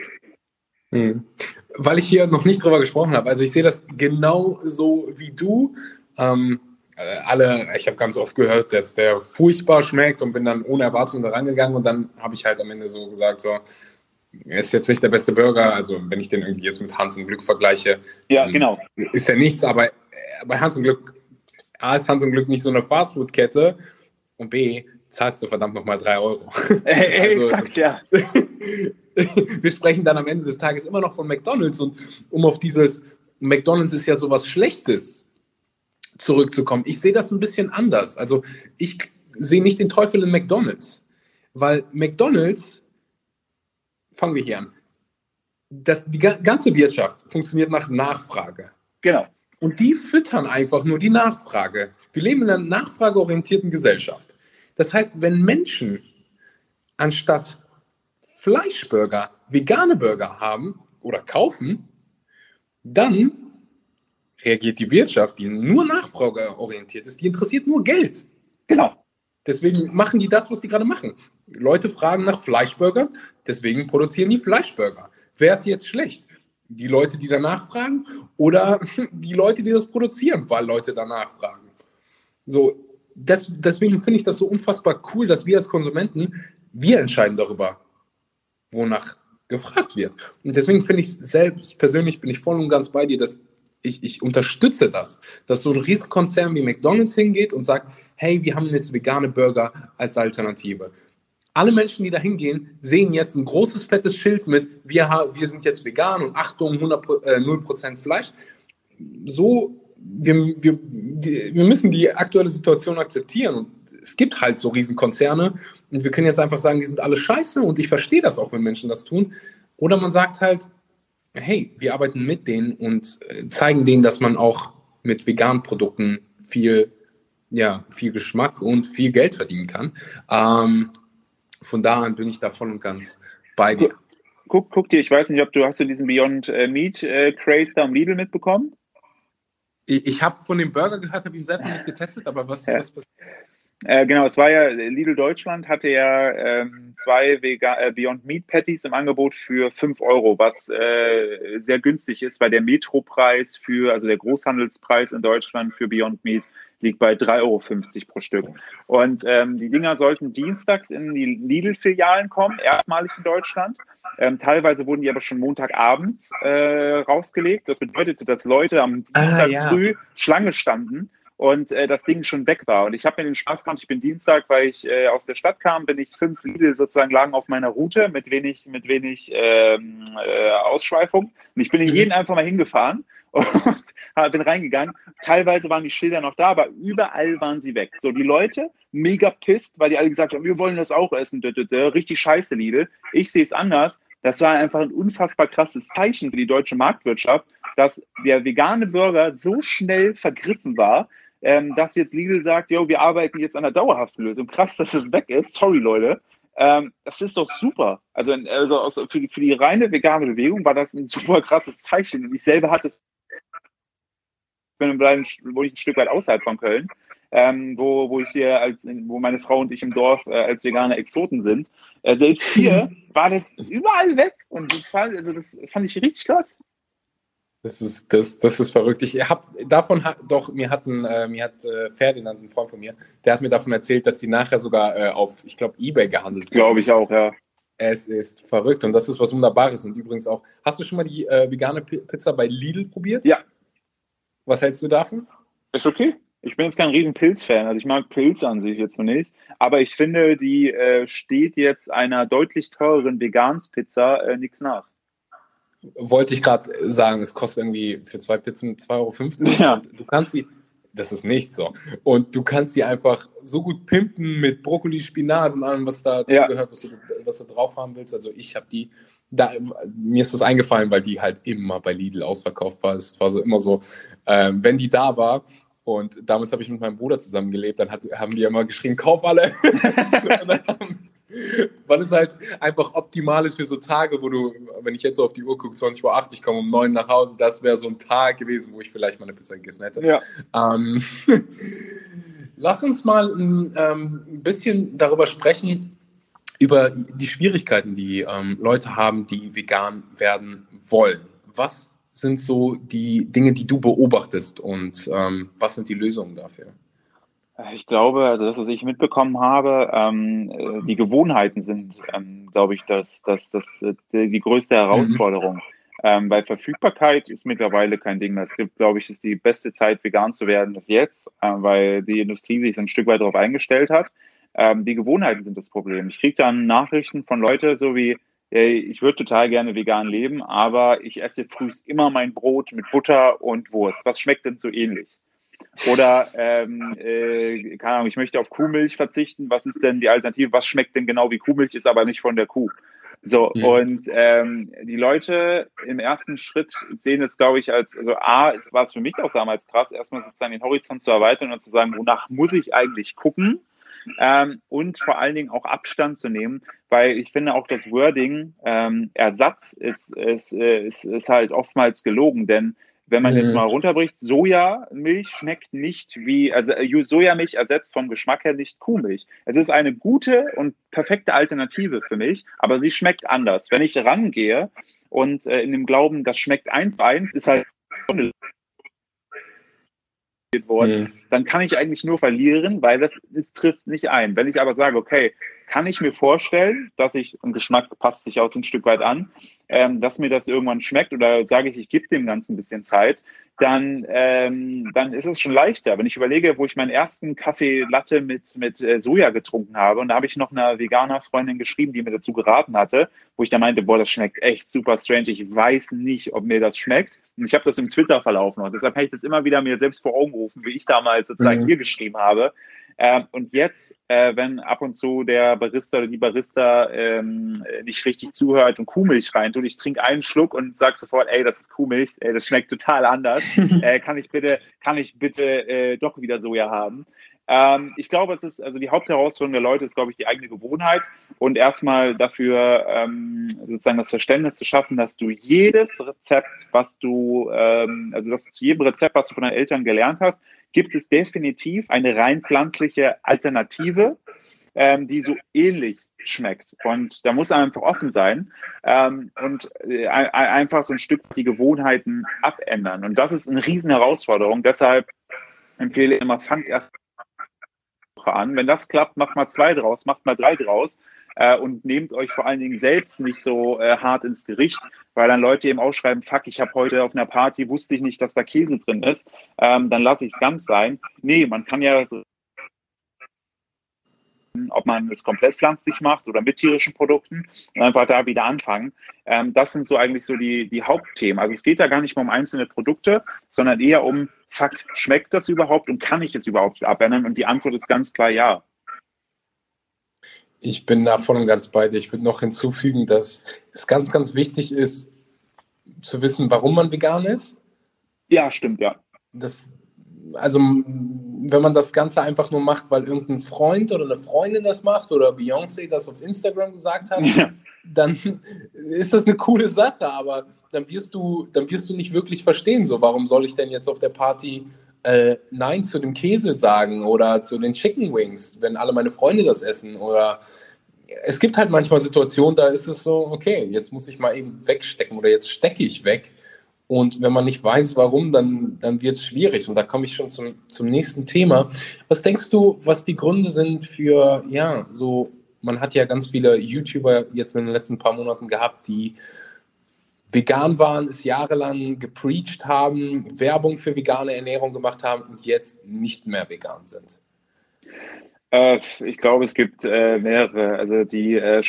Mhm. Weil ich hier noch nicht drüber gesprochen habe, also ich sehe das genau so wie du. Ähm, alle, ich habe ganz oft gehört, dass der furchtbar schmeckt und bin dann ohne Erwartung da rangegangen und dann habe ich halt am Ende so gesagt, so, er ist jetzt nicht der beste Burger, also wenn ich den irgendwie jetzt mit Hans im Glück vergleiche, ja, genau. ist er nichts, aber bei Hans im Glück, A ist Hans im Glück nicht so eine Fastfood-Kette und B, zahlst du verdammt nochmal drei Euro. Ey, also, exakt, ja. Wir sprechen dann am Ende des Tages immer noch von McDonald's und um auf dieses, McDonald's ist ja sowas Schlechtes zurückzukommen. Ich sehe das ein bisschen anders. Also ich sehe nicht den Teufel in McDonald's, weil McDonald's, fangen wir hier an, das, die ganze Wirtschaft funktioniert nach Nachfrage. Genau. Und die füttern einfach nur die Nachfrage. Wir leben in einer nachfrageorientierten Gesellschaft. Das heißt, wenn Menschen anstatt Fleischburger vegane Burger haben oder kaufen, dann reagiert die Wirtschaft, die nur nachfrageorientiert ist, die interessiert nur Geld. Genau. Deswegen machen die das, was die gerade machen. Leute fragen nach Fleischburger, deswegen produzieren die Fleischburger. Wer ist jetzt schlecht? Die Leute, die danach fragen oder die Leute, die das produzieren, weil Leute danach fragen. So, das, deswegen finde ich das so unfassbar cool, dass wir als Konsumenten, wir entscheiden darüber, wonach gefragt wird. Und deswegen finde ich selbst persönlich, bin ich voll und ganz bei dir, dass Ich, ich unterstütze das, dass so ein Riesenkonzern wie McDonald's hingeht und sagt, hey, wir haben jetzt vegane Burger als Alternative. Alle Menschen, die da hingehen, sehen jetzt ein großes, fettes Schild mit, wir, wir sind jetzt vegan und Achtung, hundert, äh, null Prozent Fleisch. So, wir, wir, die, wir müssen die aktuelle Situation akzeptieren. Und es gibt halt so Riesenkonzerne und wir können jetzt einfach sagen, die sind alle scheiße und ich verstehe das auch, wenn Menschen das tun. Oder man sagt halt, hey, wir arbeiten mit denen und zeigen denen, dass man auch mit veganen Produkten viel, ja, viel Geschmack und viel Geld verdienen kann. Ähm, von da an bin ich da voll und ganz bei dir. Guck, guck dir, ich weiß nicht, ob du hast du diesen Beyond Meat äh, Craze da am Lidl mitbekommen? Ich, ich habe von dem Burger gehört, habe ihn selbst noch nicht getestet, aber was, ja. was passiert? Äh, genau, es war ja, Lidl Deutschland hatte ja ähm, zwei Vega- äh, Beyond Meat Patties im Angebot für fünf Euro, was äh, sehr günstig ist, weil der Metropreis für, also der Großhandelspreis in Deutschland für Beyond Meat liegt bei drei Euro fünfzig pro Stück. Und ähm, die Dinger sollten dienstags in die Lidl-Filialen kommen, erstmalig in Deutschland. Ähm, teilweise wurden die aber schon Montagabends äh, rausgelegt. Das bedeutete, dass Leute am Dienstag ah, ja. früh Schlange standen und äh, das Ding schon weg war. Und ich habe mir den Spaß gemacht, ich bin Dienstag, weil ich äh, aus der Stadt kam, bin ich fünf Lidl sozusagen lagen auf meiner Route mit wenig, mit wenig ähm, äh, Ausschweifung. Und ich bin in jeden einfach mal hingefahren und bin reingegangen. Teilweise waren die Schilder noch da, aber überall waren sie weg. So, die Leute mega pisst, weil die alle gesagt haben, wir wollen das auch essen. Richtig scheiße, Lidl. Ich sehe es anders. Das war einfach ein unfassbar krasses Zeichen für die deutsche Marktwirtschaft, dass der vegane Burger so schnell vergriffen war. ähm, dass jetzt Lidl sagt, jo, wir arbeiten jetzt an einer dauerhaften Lösung. Krass, dass es weg ist. Sorry, Leute. Ähm, das ist doch super. Also, also aus, für, die, für die reine vegane Bewegung war das ein super krasses Zeichen. Und ich selber hatte es, wo ich ein Stück weit außerhalb von Köln, ähm, wo, wo ich hier als, wo meine Frau und ich im Dorf äh, als vegane Exoten sind. Äh, selbst hier war das überall weg. Und das fand, also das fand ich richtig krass. Das ist, das, das ist verrückt. Ich habe davon hat, doch, mir hat ein, äh, mir hat äh, Ferdinand, ein Freund von mir, der hat mir davon erzählt, dass die nachher sogar äh, auf, ich glaube, eBay gehandelt werden. Glaube ich auch, ja. Es ist verrückt und das ist was Wunderbares. Und übrigens auch, hast du schon mal die äh, vegane Pizza bei Lidl probiert? Ja. Was hältst du davon? Ist okay. Ich bin jetzt kein riesen Pilz-Fan, also ich mag Pilze an sich jetzt noch nicht, aber ich finde, die äh, steht jetzt einer deutlich teureren Veganspizza äh, nichts nach. Wollte ich gerade sagen, es kostet irgendwie für zwei Pizzen zwei Euro fünfzig. Ja. Und du kannst sie, das ist nicht so. Und du kannst sie einfach so gut pimpen mit Brokkoli, Spinat und allem, was dazu Ja. gehört, was du, was du drauf haben willst. Also ich habe die, da, mir ist das eingefallen, weil die halt immer bei Lidl ausverkauft war. Es war so immer so, ähm, wenn die da war, und damals habe ich mit meinem Bruder zusammengelebt, dann hat, haben die immer geschrien, kauf alle. Und dann haben, weil es halt einfach optimal ist für so Tage, wo du, wenn ich jetzt so auf die Uhr gucke, zwanzig Uhr acht, ich komme um neun nach Hause, das wäre so ein Tag gewesen, wo ich vielleicht mal eine Pizza gegessen hätte. Ja. Ähm, lass uns mal ähm, ein bisschen darüber sprechen, über die Schwierigkeiten, die ähm, Leute haben, die vegan werden wollen. Was sind so die Dinge, die du beobachtest und ähm, was sind die Lösungen dafür? Ich glaube, also das, was ich mitbekommen habe, ähm, die Gewohnheiten sind, ähm, glaube ich, das, das, das, die größte Herausforderung. Mhm. Ähm, weil Verfügbarkeit ist mittlerweile kein Ding mehr. Es gibt, glaube ich, ist die beste Zeit, vegan zu werden, ist jetzt, äh, weil die Industrie sich ein Stück weit darauf eingestellt hat. Ähm, die Gewohnheiten sind das Problem. Ich kriege dann Nachrichten von Leuten so wie, hey, ich würde total gerne vegan leben, aber ich esse frühst immer mein Brot mit Butter und Wurst. Was schmeckt denn so ähnlich? Oder, ähm, äh, keine Ahnung, ich möchte auf Kuhmilch verzichten. Was ist denn die Alternative? Was schmeckt denn genau wie Kuhmilch, ist aber nicht von der Kuh? So, mhm. und ähm, die Leute im ersten Schritt sehen es, glaube ich, als, also A, war es für mich auch damals krass, erstmal sozusagen den Horizont zu erweitern und zu sagen, wonach muss ich eigentlich gucken? Ähm, und vor allen Dingen auch Abstand zu nehmen, weil ich finde auch das Wording ähm, Ersatz ist, ist, ist, ist halt oftmals gelogen, denn wenn man jetzt mal runterbricht, Sojamilch schmeckt nicht wie, also Sojamilch ersetzt vom Geschmack her nicht Kuhmilch. Es ist eine gute und perfekte Alternative für mich, aber sie schmeckt anders. Wenn ich rangehe und äh, in dem Glauben, das schmeckt eins zu eins, ist halt worden, mhm. dann kann ich eigentlich nur verlieren, weil das, das trifft nicht ein. Wenn ich aber sage, okay, kann ich mir vorstellen, dass ich, und Geschmack passt sich auch ein Stück weit an, ähm, dass mir das irgendwann schmeckt oder sage ich, ich gebe dem Ganzen ein bisschen Zeit, dann, ähm, dann ist es schon leichter. Wenn ich überlege, wo ich meinen ersten Kaffee Latte mit, mit äh, Soja getrunken habe und da habe ich noch einer veganer Freundin geschrieben, die mir dazu geraten hatte, wo ich da meinte, boah, das schmeckt echt super strange, ich weiß nicht, ob mir das schmeckt. Und ich habe das im Twitter-Verlauf noch. Deshalb kann ich das immer wieder mir selbst vor Augen rufen, wie ich damals sozusagen mhm. hier geschrieben habe. Ähm, und jetzt, äh, wenn ab und zu der Barista oder die Barista ähm, nicht richtig zuhört und Kuhmilch reintut, ich trinke einen Schluck und sage sofort, ey, das ist Kuhmilch, ey, das schmeckt total anders. äh, kann ich bitte, kann ich bitte äh, doch wieder Soja haben? Ähm, ich glaube, es ist, also die Hauptherausforderung der Leute ist, glaube ich, die eigene Gewohnheit und erstmal dafür ähm, sozusagen das Verständnis zu schaffen, dass du jedes Rezept, was du, ähm, also dass du zu jedem Rezept, was du von deinen Eltern gelernt hast, gibt es definitiv eine rein pflanzliche Alternative, ähm, die so ähnlich schmeckt. Und da muss man einfach offen sein ähm, und äh, einfach so ein Stück die Gewohnheiten abändern. Und das ist eine riesen Herausforderung. Deshalb empfehle ich immer, fangt erst an. Wenn das klappt, macht mal zwei draus, macht mal drei draus äh, und nehmt euch vor allen Dingen selbst nicht so äh, hart ins Gericht, weil dann Leute eben ausschreiben, fuck, ich habe heute auf einer Party, wusste ich nicht, dass da Käse drin ist, ähm, dann lasse ich es ganz sein. Nee, man kann ja, ob man es komplett pflanzlich macht oder mit tierischen Produkten und einfach da wieder anfangen. Ähm, das sind so eigentlich so die, die Hauptthemen. Also es geht da gar nicht mehr um einzelne Produkte, sondern eher um, fuck, schmeckt das überhaupt und kann ich es überhaupt abändern? Und die Antwort ist ganz klar ja. Ich bin da voll und ganz bei dir. Ich würde noch hinzufügen, dass es ganz, ganz wichtig ist, zu wissen, warum man vegan ist. Ja, stimmt, ja. Das also wenn man das Ganze einfach nur macht, weil irgendein Freund oder eine Freundin das macht oder Beyoncé das auf Instagram gesagt hat, ja. dann ist das eine coole Sache, aber dann wirst du, dann wirst du nicht wirklich verstehen, so warum soll ich denn jetzt auf der Party äh, Nein zu dem Käse sagen oder zu den Chicken Wings, wenn alle meine Freunde das essen, oder es gibt halt manchmal Situationen, da ist es so, okay, jetzt muss ich mal eben wegstecken oder jetzt stecke ich weg. Und wenn man nicht weiß, warum, dann, dann wird es schwierig. Und da komme ich schon zum, zum nächsten Thema. Was denkst du, was die Gründe sind für, ja, so, man hat ja ganz viele YouTuber jetzt in den letzten paar Monaten gehabt, die vegan waren, es jahrelang gepreacht haben, Werbung für vegane Ernährung gemacht haben und jetzt nicht mehr vegan sind? Äh, ich glaube, es gibt äh, mehrere. Also die äh,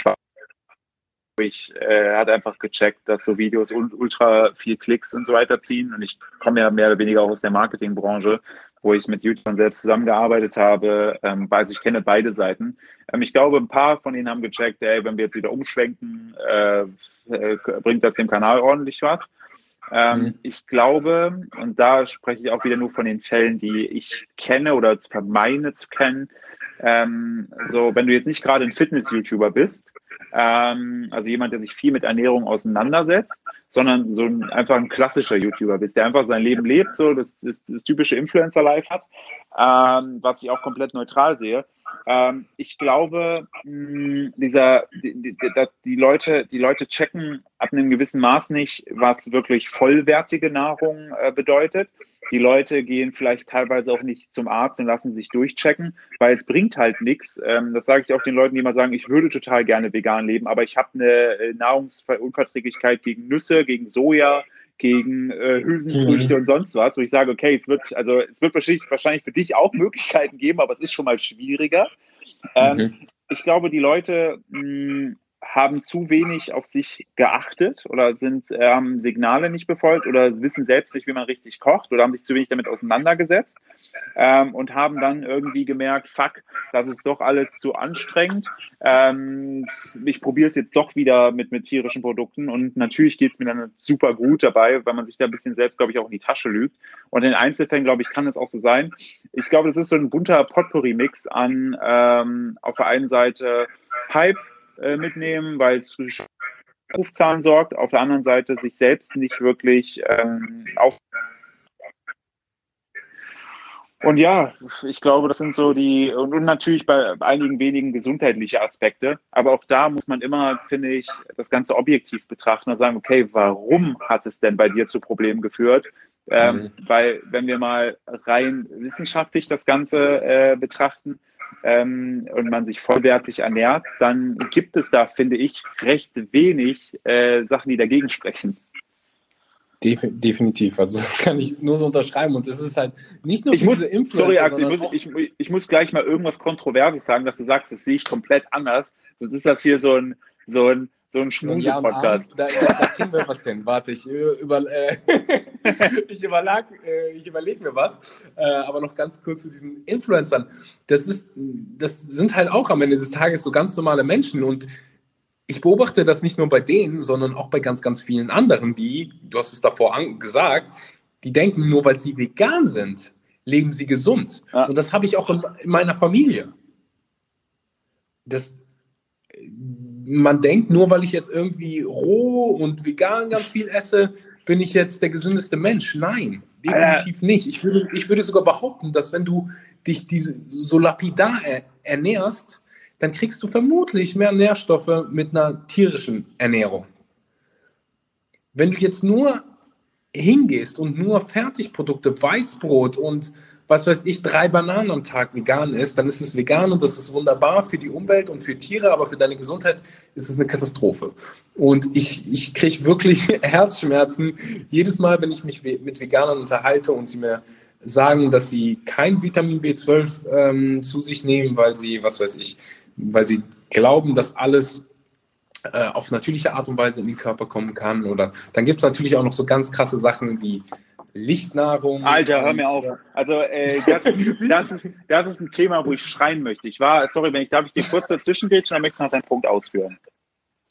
Ich äh, hat einfach gecheckt, dass so Videos ultra viel Klicks und so weiter ziehen. Und ich komme ja mehr oder weniger auch aus der Marketingbranche, wo ich mit YouTubern selbst zusammengearbeitet habe. Ähm, also ich kenne beide Seiten. Ähm, ich glaube, ein paar von ihnen haben gecheckt, ey, wenn wir jetzt wieder umschwenken, äh, äh, bringt das dem Kanal ordentlich was. Ähm, mhm. Ich glaube, und da spreche ich auch wieder nur von den Fällen, die ich kenne oder vermeine zu kennen. Ähm, so, wenn du jetzt nicht gerade ein Fitness-YouTuber bist, ähm, also jemand, der sich viel mit Ernährung auseinandersetzt, sondern so ein, einfach ein klassischer YouTuber bist, der einfach sein Leben lebt, so das, das, das typische Influencer-Life hat, ähm, was ich auch komplett neutral sehe. Ähm, ich glaube, mh, dieser, die, die, die, Leute, die Leute checken ab einem gewissen Maß nicht, was wirklich vollwertige Nahrung äh, bedeutet. Die Leute gehen vielleicht teilweise auch nicht zum Arzt und lassen sich durchchecken, weil es bringt halt nichts. Ähm, das sage ich auch den Leuten, die immer sagen, ich würde total gerne vegan leben, aber ich habe eine Nahrungsunverträglichkeit gegen Nüsse, gegen Soja, gegen äh, Hülsenfrüchte mhm. und sonst was, wo ich sage, okay, es wird, also es wird wahrscheinlich, wahrscheinlich für dich auch Möglichkeiten geben, aber es ist schon mal schwieriger. Ähm, mhm. Ich glaube, die Leute mh, haben zu wenig auf sich geachtet oder sind ähm, Signale nicht befolgt oder wissen selbst nicht, wie man richtig kocht oder haben sich zu wenig damit auseinandergesetzt ähm, und haben dann irgendwie gemerkt, fuck, das ist doch alles zu anstrengend. Ähm, ich probiere es jetzt doch wieder mit, mit tierischen Produkten und natürlich geht es mir dann super gut dabei, weil man sich da ein bisschen selbst, glaube ich, auch in die Tasche lügt. Und in Einzelfällen, glaube ich, kann es auch so sein. Ich glaube, das ist so ein bunter Potpourri-Mix an ähm, auf der einen Seite Hype mitnehmen, weil es für Rufzahlen sorgt, auf der anderen Seite sich selbst nicht wirklich ähm, auf. Und ja, ich glaube, das sind so die, und, und natürlich bei einigen wenigen gesundheitliche Aspekte, aber auch da muss man immer, finde ich, das Ganze objektiv betrachten und sagen, okay, warum hat es denn bei dir zu Problemen geführt? Ähm, mhm. Weil, wenn wir mal rein wissenschaftlich das Ganze äh, betrachten, Ähm, und man sich vollwertig ernährt, dann gibt es da, finde ich, recht wenig äh, Sachen, die dagegen sprechen. Definitiv, also das kann ich nur so unterschreiben und das ist halt nicht nur ich muss, diese Influencer, sorry Axel, ich muss, ich, ich muss gleich mal irgendwas Kontroverses sagen, dass du sagst, das sehe ich komplett anders, sonst ist das hier so ein, so ein So ein Schmuse-Podcast. Da, da, da kriegen wir was hin. Warte, ich, über, äh, ich, überlag, äh, ich überlege mir was. Äh, aber noch ganz kurz zu diesen Influencern. Das, ist, das sind halt auch am Ende des Tages so ganz normale Menschen. Und ich beobachte das nicht nur bei denen, sondern auch bei ganz, ganz vielen anderen, die, du hast es davor an, gesagt, die denken, nur weil sie vegan sind, leben sie gesund. Ja. Und das habe ich auch in, in meiner Familie. Das Man denkt, nur weil ich jetzt irgendwie roh und vegan ganz viel esse, bin ich jetzt der gesündeste Mensch. Nein, definitiv äh. nicht. Ich würde, ich würde sogar behaupten, dass wenn du dich diese, so lapidar ernährst, dann kriegst du vermutlich mehr Nährstoffe mit einer tierischen Ernährung. Wenn du jetzt nur hingehst und nur Fertigprodukte, Weißbrot und was weiß ich, drei Bananen am Tag vegan ist, dann ist es vegan und das ist wunderbar für die Umwelt und für Tiere, aber für deine Gesundheit ist es eine Katastrophe. Und ich, ich kriege wirklich Herzschmerzen jedes Mal, wenn ich mich mit Veganern unterhalte und sie mir sagen, dass sie kein Vitamin B zwölf ähm, zu sich nehmen, weil sie, was weiß ich, weil sie glauben, dass alles äh, auf natürliche Art und Weise in den Körper kommen kann. Oder dann gibt es natürlich auch noch so ganz krasse Sachen wie Lichtnahrung. Alter, hör mir auf. Also äh, das, das, ist, das ist ein Thema, wo ich schreien möchte. Ich war, sorry, wenn ich darf ich dir kurz dazwischen gehen, dann möchte ich noch deinen Punkt ausführen.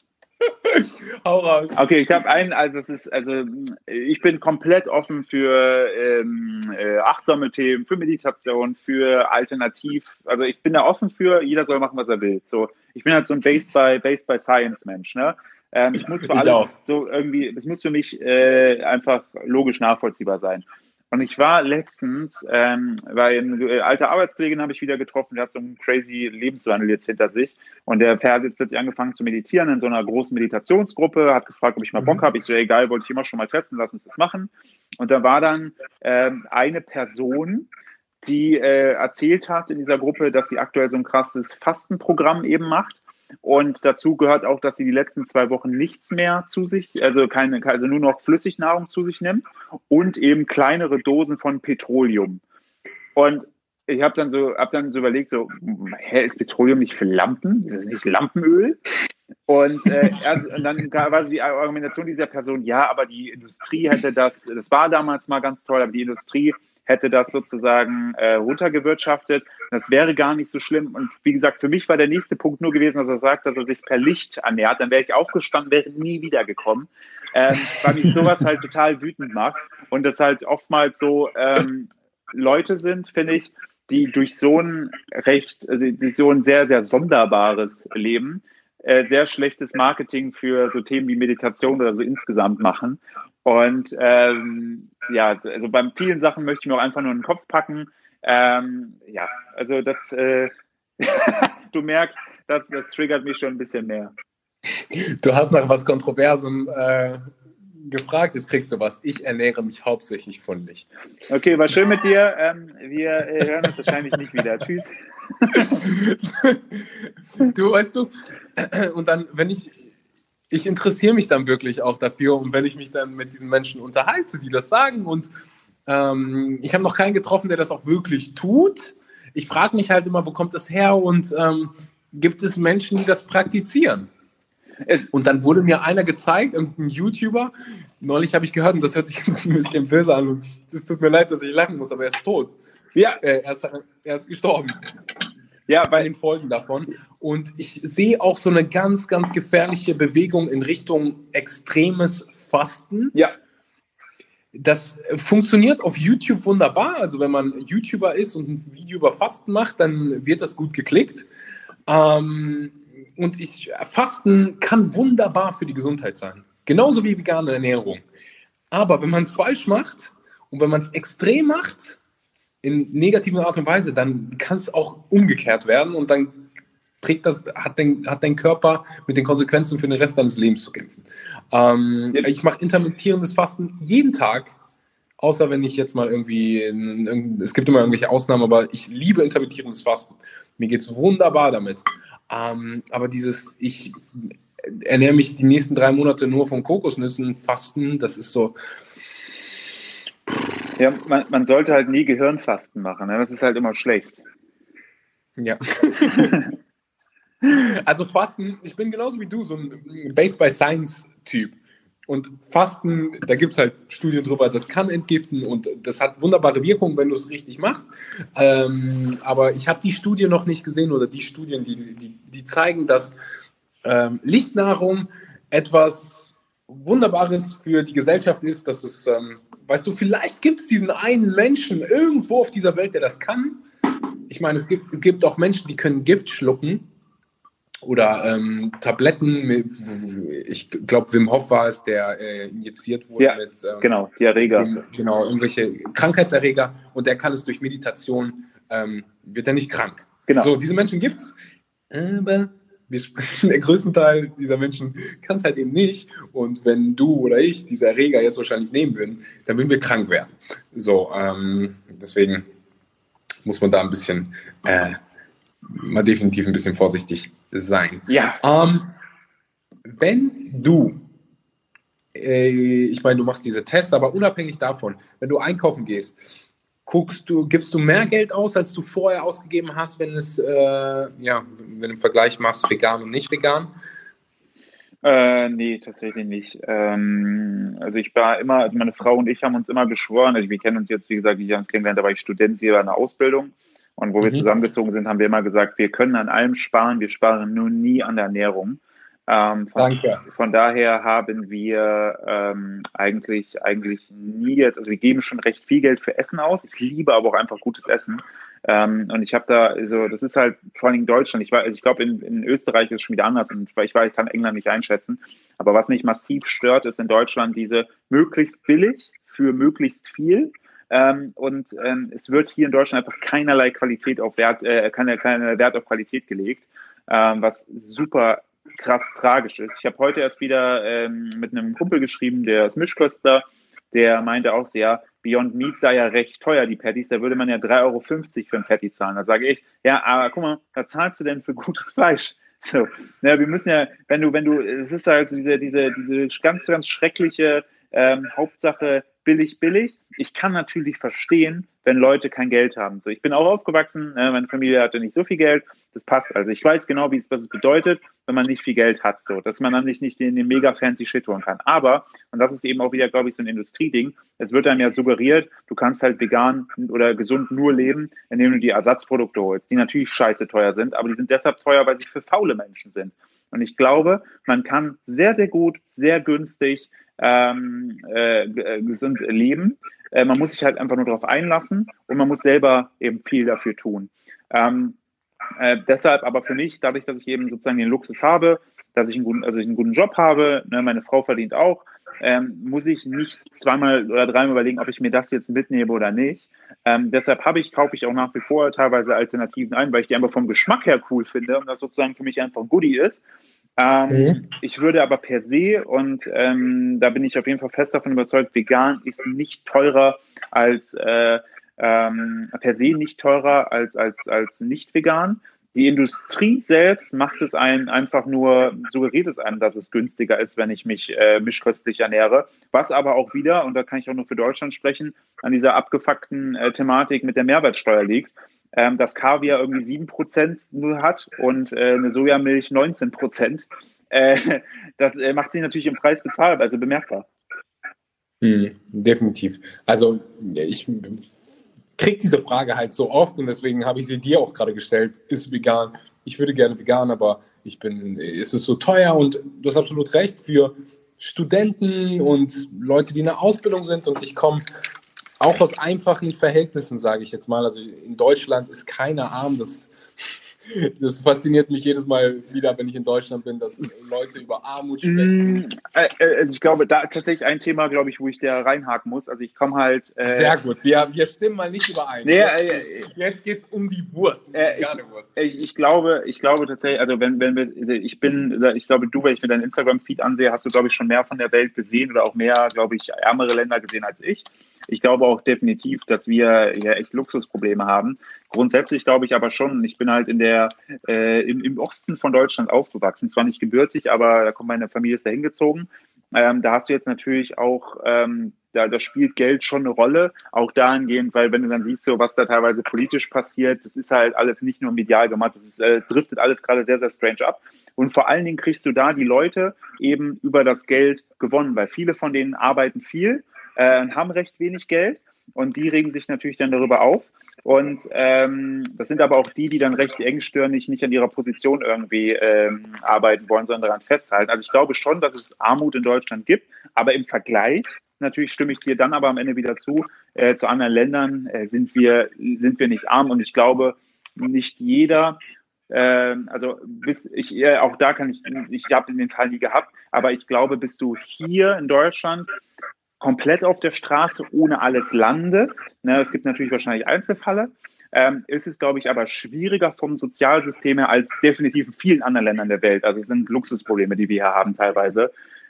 Hau raus. Okay, ich habe einen, also es ist, also ich bin komplett offen für ähm, äh, achtsame Themen, für Meditation, für Alternativ. Also ich bin da offen für, jeder soll machen, was er will. So, ich bin halt so ein Based by, Based by Science Mensch, ne? Ähm, ich muss für alles so irgendwie, das muss für mich äh, einfach logisch nachvollziehbar sein. Und ich war letztens, ähm, weil eine alte Arbeitskollegin habe ich wieder getroffen, der hat so einen crazy Lebenswandel jetzt hinter sich. Und der hat jetzt plötzlich angefangen zu meditieren in so einer großen Meditationsgruppe, hat gefragt, ob ich mal Bock habe. Ich so, ja, egal, wollte ich immer schon mal testen, lass uns das machen. Und da war dann ähm, eine Person, die äh, erzählt hat in dieser Gruppe, dass sie aktuell so ein krasses Fastenprogramm eben macht. Und dazu gehört auch, dass sie die letzten zwei Wochen nichts mehr zu sich, also keine, also nur noch Flüssignahrung zu sich nimmt und eben kleinere Dosen von Petroleum. Und ich habe dann so, habe dann so überlegt, so, hä, ist Petroleum nicht für Lampen? Ist das nicht Lampenöl? Und, äh, erst, und dann war die Argumentation dieser Person, ja, aber die Industrie hätte das, das war damals mal ganz toll, aber die Industrie hätte das sozusagen äh, runtergewirtschaftet. Das wäre gar nicht so schlimm. Und wie gesagt, für mich war der nächste Punkt nur gewesen, dass er sagt, dass er sich per Licht ernährt. Dann wäre ich aufgestanden, wäre nie wiedergekommen. Ähm, weil mich sowas halt total wütend macht. Und das halt oftmals so ähm, Leute sind, finde ich, die durch so ein recht, also die so ein sehr, sehr sonderbares Leben äh, sehr schlechtes Marketing für so Themen wie Meditation oder so insgesamt machen. Und ähm, ja, also bei vielen Sachen möchte ich mir auch einfach nur in den Kopf packen. Ähm, ja, also das, äh, du merkst, das, das triggert mich schon ein bisschen mehr. Du hast nach was Kontroversem äh, gefragt, jetzt kriegst du was. Ich ernähre mich hauptsächlich von Licht. Okay, war schön mit dir. Ähm, wir äh, hören uns wahrscheinlich nicht wieder. Tschüss. Du, weißt du, und dann, wenn ich Ich interessiere mich dann wirklich auch dafür und wenn ich mich dann mit diesen Menschen unterhalte, die das sagen und ähm, ich habe noch keinen getroffen, der das auch wirklich tut. Ich frage mich halt immer, wo kommt das her und ähm, gibt es Menschen, die das praktizieren? Es und dann wurde mir einer gezeigt, irgendein YouTuber, neulich habe ich gehört und das hört sich jetzt ein bisschen böse an und es tut mir leid, dass ich lachen muss, aber er ist tot. Ja. Äh, er, ist, er ist gestorben. Ja, bei den Folgen davon. Und ich sehe auch so eine ganz, ganz gefährliche Bewegung in Richtung extremes Fasten. Ja. Das funktioniert auf YouTube wunderbar. Also wenn man YouTuber ist und ein Video über Fasten macht, dann wird das gut geklickt. Ähm, und ich, Fasten kann wunderbar für die Gesundheit sein. Genauso wie vegane Ernährung. Aber wenn man es falsch macht und wenn man es extrem macht, in negativer Art und Weise, dann kann es auch umgekehrt werden und dann trägt das, hat dein, hat dein Körper mit den Konsequenzen für den Rest deines Lebens zu kämpfen. Ähm, ja. Ich mache intermittierendes Fasten jeden Tag, außer wenn ich jetzt mal irgendwie, in, in, es gibt immer irgendwelche Ausnahmen, aber ich liebe intermittierendes Fasten. Mir geht es wunderbar damit. Ähm, aber dieses, ich ernähre mich die nächsten drei Monate nur von Kokosnüssen, Fasten, das ist so... Ja, man, man sollte halt nie Gehirnfasten machen, ne? Das ist halt immer schlecht. Ja. Also Fasten, ich bin genauso wie du, so ein Based by Science-Typ. Und Fasten, da gibt es halt Studien drüber, das kann entgiften und das hat wunderbare Wirkung, wenn du es richtig machst. Ähm, aber ich habe die Studie noch nicht gesehen oder die Studien, die, die, die zeigen, dass ähm, Lichtnahrung etwas Wunderbares für die Gesellschaft ist, dass es... Ähm, Weißt du, vielleicht gibt es diesen einen Menschen irgendwo auf dieser Welt, der das kann. Ich meine, es gibt, es gibt auch Menschen, die können Gift schlucken oder ähm, Tabletten. Mit, ich glaube, Wim Hof war es, der äh, injiziert wurde ja, mit ähm, genau, die Erreger. Dem, genau, irgendwelche Krankheitserreger und der kann es durch Meditation, ähm, wird er nicht krank. Genau. So, diese Menschen gibt es, aber... der größte Teil dieser Menschen kann es halt eben nicht. Und wenn du oder ich diese Erreger jetzt wahrscheinlich nehmen würden, dann würden wir krank werden. So, ähm, deswegen muss man da ein bisschen, äh, mal definitiv ein bisschen vorsichtig sein. Ja. Ähm, wenn du, äh, ich meine, du machst diese Tests, aber unabhängig davon, wenn du einkaufen gehst, guckst du, gibst du mehr Geld aus, als du vorher ausgegeben hast, wenn es, äh, ja, wenn du einen Vergleich machst, vegan und nicht vegan? Äh, nee, tatsächlich nicht. Ähm, also ich war immer, also meine Frau und ich haben uns immer geschworen, also wir kennen uns jetzt, wie gesagt, wir haben uns kennengelernt, da war ich Student, sie war in der Ausbildung und wo mhm. wir zusammengezogen sind, haben wir immer gesagt, wir können an allem sparen, wir sparen nur nie an der Ernährung. Ähm, von, Danke. Von daher haben wir ähm, eigentlich, eigentlich nie jetzt, also wir geben schon recht viel Geld für Essen aus. Ich liebe aber auch einfach gutes Essen. Ähm, und ich habe da, also das ist halt vor allem in Deutschland, ich, war, also ich glaube in, in Österreich ist es schon wieder anders und ich, ich, war, ich kann England nicht einschätzen. Aber was mich massiv stört, ist in Deutschland diese möglichst billig für möglichst viel. Ähm, und ähm, es wird hier in Deutschland einfach keinerlei Qualität auf Wert, äh, keine, keine Wert auf Qualität gelegt, ähm, was super krass tragisch ist. Ich habe heute erst wieder ähm, mit einem Kumpel geschrieben, der ist Mischköstler, der meinte auch so, ja, Beyond Meat sei ja recht teuer, die Patties, da würde man ja drei Euro fünfzig für ein Patty zahlen. Da sage ich, ja, aber guck mal, was zahlst du denn für gutes Fleisch? So, ja, wir müssen ja, wenn du, wenn du, es ist halt diese, diese, diese ganz, ganz schreckliche ähm, Hauptsache billig, billig. Ich kann natürlich verstehen, wenn Leute kein Geld haben. So, ich bin auch aufgewachsen, äh, meine Familie hatte nicht so viel Geld, das passt. Also ich weiß genau, wie es, was es bedeutet, wenn man nicht viel Geld hat, so, dass man dann nicht, nicht in den mega fancy Shit holen kann. Aber, und das ist eben auch wieder, glaube ich, so ein Industrieding, es wird einem ja suggeriert, du kannst halt vegan oder gesund nur leben, indem du die Ersatzprodukte holst, die natürlich scheiße teuer sind, aber die sind deshalb teuer, weil sie für faule Menschen sind. Und ich glaube, man kann sehr, sehr gut, sehr günstig ähm, äh, gesund leben. Äh, man muss sich halt einfach nur darauf einlassen und man muss selber eben viel dafür tun. Ähm, äh, deshalb aber für mich, dadurch, dass ich eben sozusagen den Luxus habe, dass ich einen guten, also ich einen guten Job habe, ne, meine Frau verdient auch, ähm, muss ich nicht zweimal oder dreimal überlegen, ob ich mir das jetzt mitnehme oder nicht. Ähm, deshalb habe ich, kaufe ich auch nach wie vor teilweise Alternativen ein, weil ich die einfach vom Geschmack her cool finde und das sozusagen für mich einfach ein Goodie ist. Ähm, mhm. Ich würde aber per se, und ähm, da bin ich auf jeden Fall fest davon überzeugt, vegan ist nicht teurer als äh, ähm, per se nicht teurer als, als, als nicht vegan. Die Industrie selbst macht es einem einfach nur, suggeriert es einem, dass es günstiger ist, wenn ich mich äh, mischköstlich ernähre. Was aber auch wieder, und da kann ich auch nur für Deutschland sprechen, an dieser abgefuckten äh, Thematik mit der Mehrwertsteuer liegt. Ähm, dass Kaviar irgendwie sieben Prozent nur hat und äh, eine Sojamilch neunzehn Prozent. Äh, das äh, macht sich natürlich im Preis bezahlbar, also bemerkbar. Hm, definitiv. Also ich kriege diese Frage halt so oft und deswegen habe ich sie dir auch gerade gestellt. Ist vegan? Ich würde gerne vegan, aber ich bin, ist es so teuer? Und du hast absolut recht, für Studenten und Leute, die in der Ausbildung sind, und ich komme auch aus einfachen Verhältnissen, sage ich jetzt mal. Also in Deutschland ist keiner arm. Das, das fasziniert mich jedes Mal wieder, wenn ich in Deutschland bin, dass Leute über Armut sprechen. Also ich glaube, da tatsächlich ein Thema, glaube ich, wo ich da reinhaken muss. Also ich komme halt... Äh, Sehr gut, wir, wir stimmen mal nicht überein. Nee, jetzt äh, jetzt geht es um die Wurst, um äh, die vegane Wurst. Ich, ich, glaube, ich glaube tatsächlich, also wenn, wenn wir, ich bin, ich glaube, du, wenn ich mir deinen Instagram-Feed ansehe, hast du, glaube ich, schon mehr von der Welt gesehen oder auch mehr, glaube ich, ärmere Länder gesehen als ich. Ich glaube auch definitiv, dass wir ja echt Luxusprobleme haben. Grundsätzlich glaube ich aber schon, ich bin halt in der, äh, im, im Osten von Deutschland aufgewachsen, zwar nicht gebürtig, aber da kommt meine Familie ist da hingezogen. Ähm, da hast du jetzt natürlich auch, ähm, da, da spielt Geld schon eine Rolle, auch dahingehend, weil wenn du dann siehst, so was da teilweise politisch passiert, das ist halt alles nicht nur medial gemacht, das ist, äh, driftet alles gerade sehr, sehr strange ab. Und vor allen Dingen kriegst du da die Leute eben über das Geld gewonnen, weil viele von denen arbeiten viel, äh, haben recht wenig Geld und die regen sich natürlich dann darüber auf. Und ähm, das sind aber auch die, die dann recht engstirnig nicht an ihrer Position irgendwie ähm, arbeiten wollen, sondern daran festhalten. Also ich glaube schon, dass es Armut in Deutschland gibt, aber im Vergleich, natürlich stimme ich dir dann aber am Ende wieder zu, äh, zu anderen Ländern äh, sind wir, sind wir nicht arm und ich glaube, nicht jeder, äh, also bis ich, äh, auch da kann ich, ich habe den Fall nie gehabt, aber ich glaube, bis du hier in Deutschland komplett auf der Straße ohne alles landest, ne, es gibt natürlich wahrscheinlich Einzelfälle, ähm, ist es, glaube ich, aber schwieriger vom Sozialsystem her als definitiv in vielen anderen Ländern der Welt. Also es sind Luxusprobleme, die wir hier haben teilweise.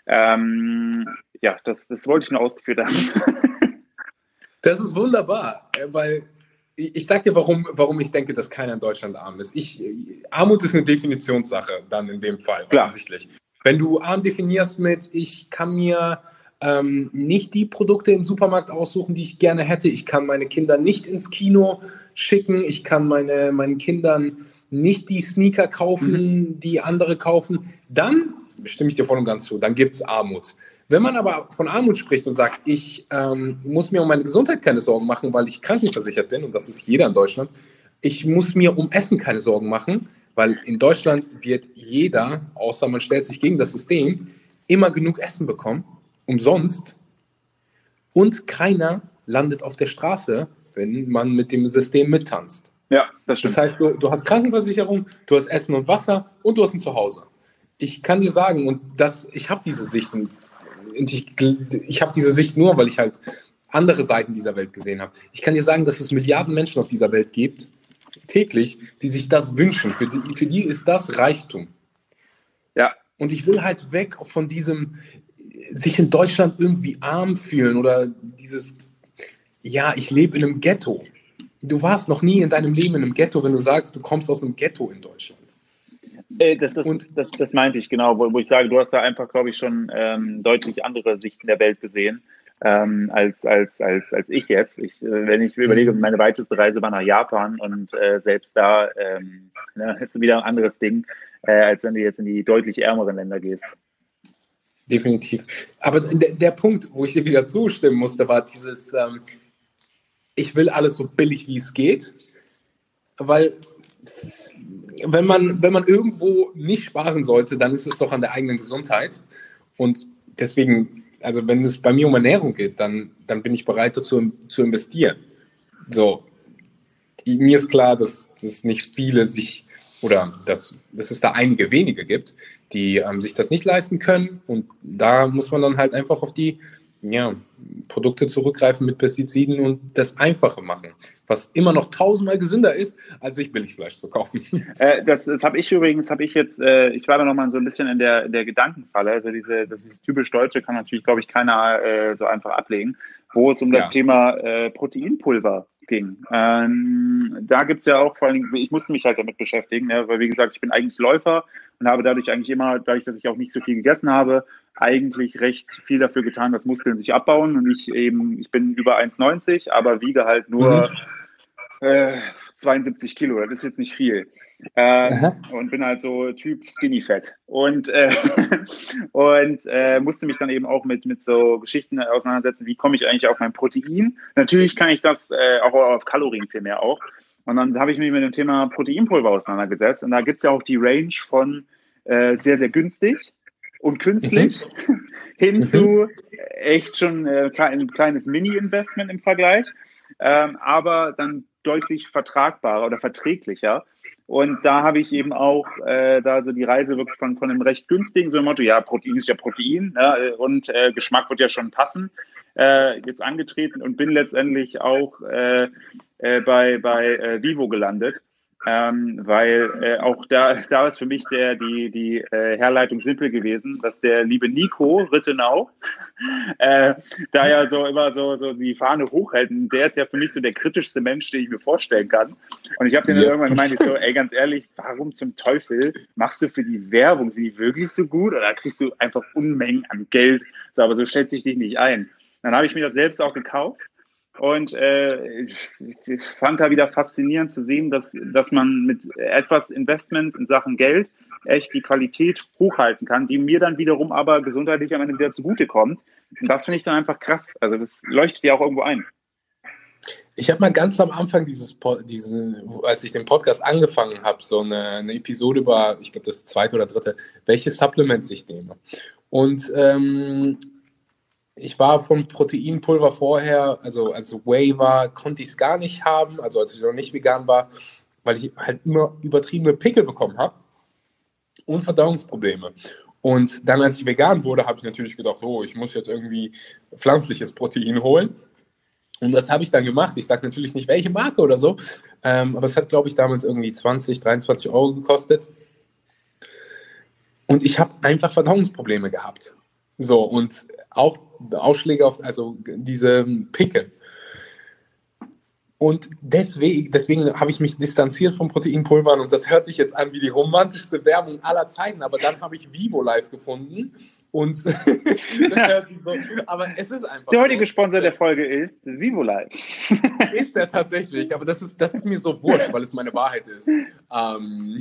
Ähm, ja, das, das wollte ich nur ausgeführt haben. Das ist wunderbar, weil ich, ich sage dir, warum, warum ich denke, dass keiner in Deutschland arm ist. Ich, Armut ist eine Definitionssache dann in dem Fall, klar. Offensichtlich. Wenn du arm definierst mit, ich kann mir Ähm, nicht die Produkte im Supermarkt aussuchen, die ich gerne hätte. Ich kann meine Kinder nicht ins Kino schicken. Ich kann meine, meinen Kindern nicht die Sneaker kaufen, mhm. die andere kaufen. Dann stimme ich dir voll und ganz zu. Dann gibt es Armut. Wenn man aber von Armut spricht und sagt, ich ähm, muss mir um meine Gesundheit keine Sorgen machen, weil ich krankenversichert bin, und das ist jeder in Deutschland, ich muss mir um Essen keine Sorgen machen, Weil in Deutschland wird jeder, außer man stellt sich gegen das System, immer genug Essen bekommen, umsonst. Und keiner landet auf der Straße, wenn man mit dem System mittanzt. Ja, das stimmt. Das heißt, du, du hast Krankenversicherung, du hast Essen und Wasser und du hast ein Zuhause. Ich kann dir sagen, und das, ich habe diese Sicht, und ich, ich habe diese Sicht nur, weil ich halt andere Seiten dieser Welt gesehen habe. Ich kann dir sagen, dass es Milliarden Menschen auf dieser Welt gibt, täglich, die sich das wünschen. Für die, für die ist das Reichtum. Ja. Und ich will halt weg von diesem, sich in Deutschland irgendwie arm fühlen oder dieses, ja, ich lebe in einem Ghetto. Du warst noch nie in deinem Leben in einem Ghetto, wenn du sagst, du kommst aus einem Ghetto in Deutschland. Äh, das, das, und, das, das meinte ich, genau, wo, wo ich sage, du hast da einfach, glaube ich, schon ähm, deutlich andere Sichten der Welt gesehen. Ähm, als, als, als, als ich jetzt. Ich, äh, wenn ich überlege, meine weiteste Reise war nach Japan und äh, selbst da ähm, ne, ist wieder ein anderes Ding, äh, als wenn du jetzt in die deutlich ärmeren Länder gehst. Definitiv. Aber der, der Punkt, wo ich dir wieder zustimmen musste, war dieses, ähm, ich will alles so billig wie es geht, weil wenn man, wenn man irgendwo nicht sparen sollte, dann ist es doch an der eigenen Gesundheit. Und deswegen, also wenn es bei mir um Ernährung geht, dann, dann bin ich bereit dazu zu investieren. So, mir ist klar, dass, dass nicht viele sich, oder dass, dass es da einige wenige gibt, die ähm, sich das nicht leisten können. Und da muss man dann halt einfach auf die ja, Produkte zurückgreifen mit Pestiziden und das Einfache machen, was immer noch tausendmal gesünder ist, als sich Billigfleisch zu kaufen. Äh, das das habe ich übrigens, habe ich jetzt, äh, ich war da nochmal so ein bisschen in der, in der Gedankenfalle, also diese, das ist typisch Deutsche, kann natürlich, glaube ich, keiner äh, so einfach ablegen, wo es um das Ja. Thema äh, Proteinpulver ging. Ähm, da gibt es ja auch vor allen Dingen, ich musste mich halt damit beschäftigen, ne, weil wie gesagt, ich bin eigentlich Läufer und habe dadurch eigentlich immer, dadurch, dass ich auch nicht so viel gegessen habe, eigentlich recht viel dafür getan, dass Muskeln sich abbauen und ich eben, ich bin über eins neunzig, aber wiege halt nur mhm. äh, zweiundsiebzig Kilo, das ist jetzt nicht viel. Ähm, und bin halt so Typ Skinny Fat und, äh, und äh, musste mich dann eben auch mit, mit so Geschichten auseinandersetzen, wie komme ich eigentlich auf mein Protein. Natürlich kann ich das äh, auch auf Kalorien viel mehr auch. Und dann habe ich mich mit dem Thema Proteinpulver auseinandergesetzt und da gibt es ja auch die Range von äh, sehr, sehr günstig und künstlich mhm. hin mhm. zu echt schon äh, ein kleines Mini-Investment im Vergleich, ähm, aber dann deutlich vertragbarer oder verträglicher. Und da habe ich eben auch äh, da so die Reise wirklich von, von einem recht günstigen, so ein Motto, ja, Protein ist ja Protein, ja, und äh, Geschmack wird ja schon passen, äh, jetzt angetreten und bin letztendlich auch äh, äh, bei, bei äh, Vivo gelandet. Ähm, weil äh, auch da, da ist für mich der, die, die äh, Herleitung simpel gewesen, dass der liebe Nico Rittenau äh, da ja so immer so, so die Fahne hochhält. Und der ist ja für mich so der kritischste Mensch, den ich mir vorstellen kann. Und ich habe den ja. dann irgendwann gemeint, ich so, ey, ganz ehrlich, warum zum Teufel machst du für die Werbung, sind die wirklich so gut? Oder kriegst du einfach Unmengen an Geld? So, aber so stellt sich dich nicht ein. Dann habe ich mir das selbst auch gekauft. Und äh, ich fand da wieder faszinierend zu sehen, dass, dass man mit etwas Investment in Sachen Geld echt die Qualität hochhalten kann, die mir dann wiederum aber gesundheitlich am Ende wieder zugutekommt. Und das finde ich dann einfach krass. Also das leuchtet ja auch irgendwo ein. Ich habe mal ganz am Anfang dieses, diesen, als ich den Podcast angefangen habe, so eine, eine Episode über, ich glaube das zweite oder dritte, welche Supplements ich nehme. Und ähm, ich war vom Proteinpulver vorher, also als Whey war, konnte ich es gar nicht haben, also als ich noch nicht vegan war, weil ich halt immer übertriebene Pickel bekommen habe und Verdauungsprobleme. Und dann, als ich vegan wurde, habe ich natürlich gedacht, oh, ich muss jetzt irgendwie pflanzliches Protein holen. Und das habe ich dann gemacht. Ich sage natürlich nicht, welche Marke oder so, ähm, aber es hat, glaube ich, damals irgendwie zwanzig, dreiundzwanzig Euro gekostet. Und ich habe einfach Verdauungsprobleme gehabt. So, und auch Ausschläge auf, also diese Pickel. Und deswegen, deswegen habe ich mich distanziert von Proteinpulvern und das hört sich jetzt an wie die romantischste Werbung aller Zeiten, aber dann habe ich Vivo Life gefunden und das hört sich so, aber es ist einfach der heutige so. Sponsor der Folge ist Vivo Life. Ist der tatsächlich, aber das ist, das ist mir so wurscht, weil es meine Wahrheit ist. Ähm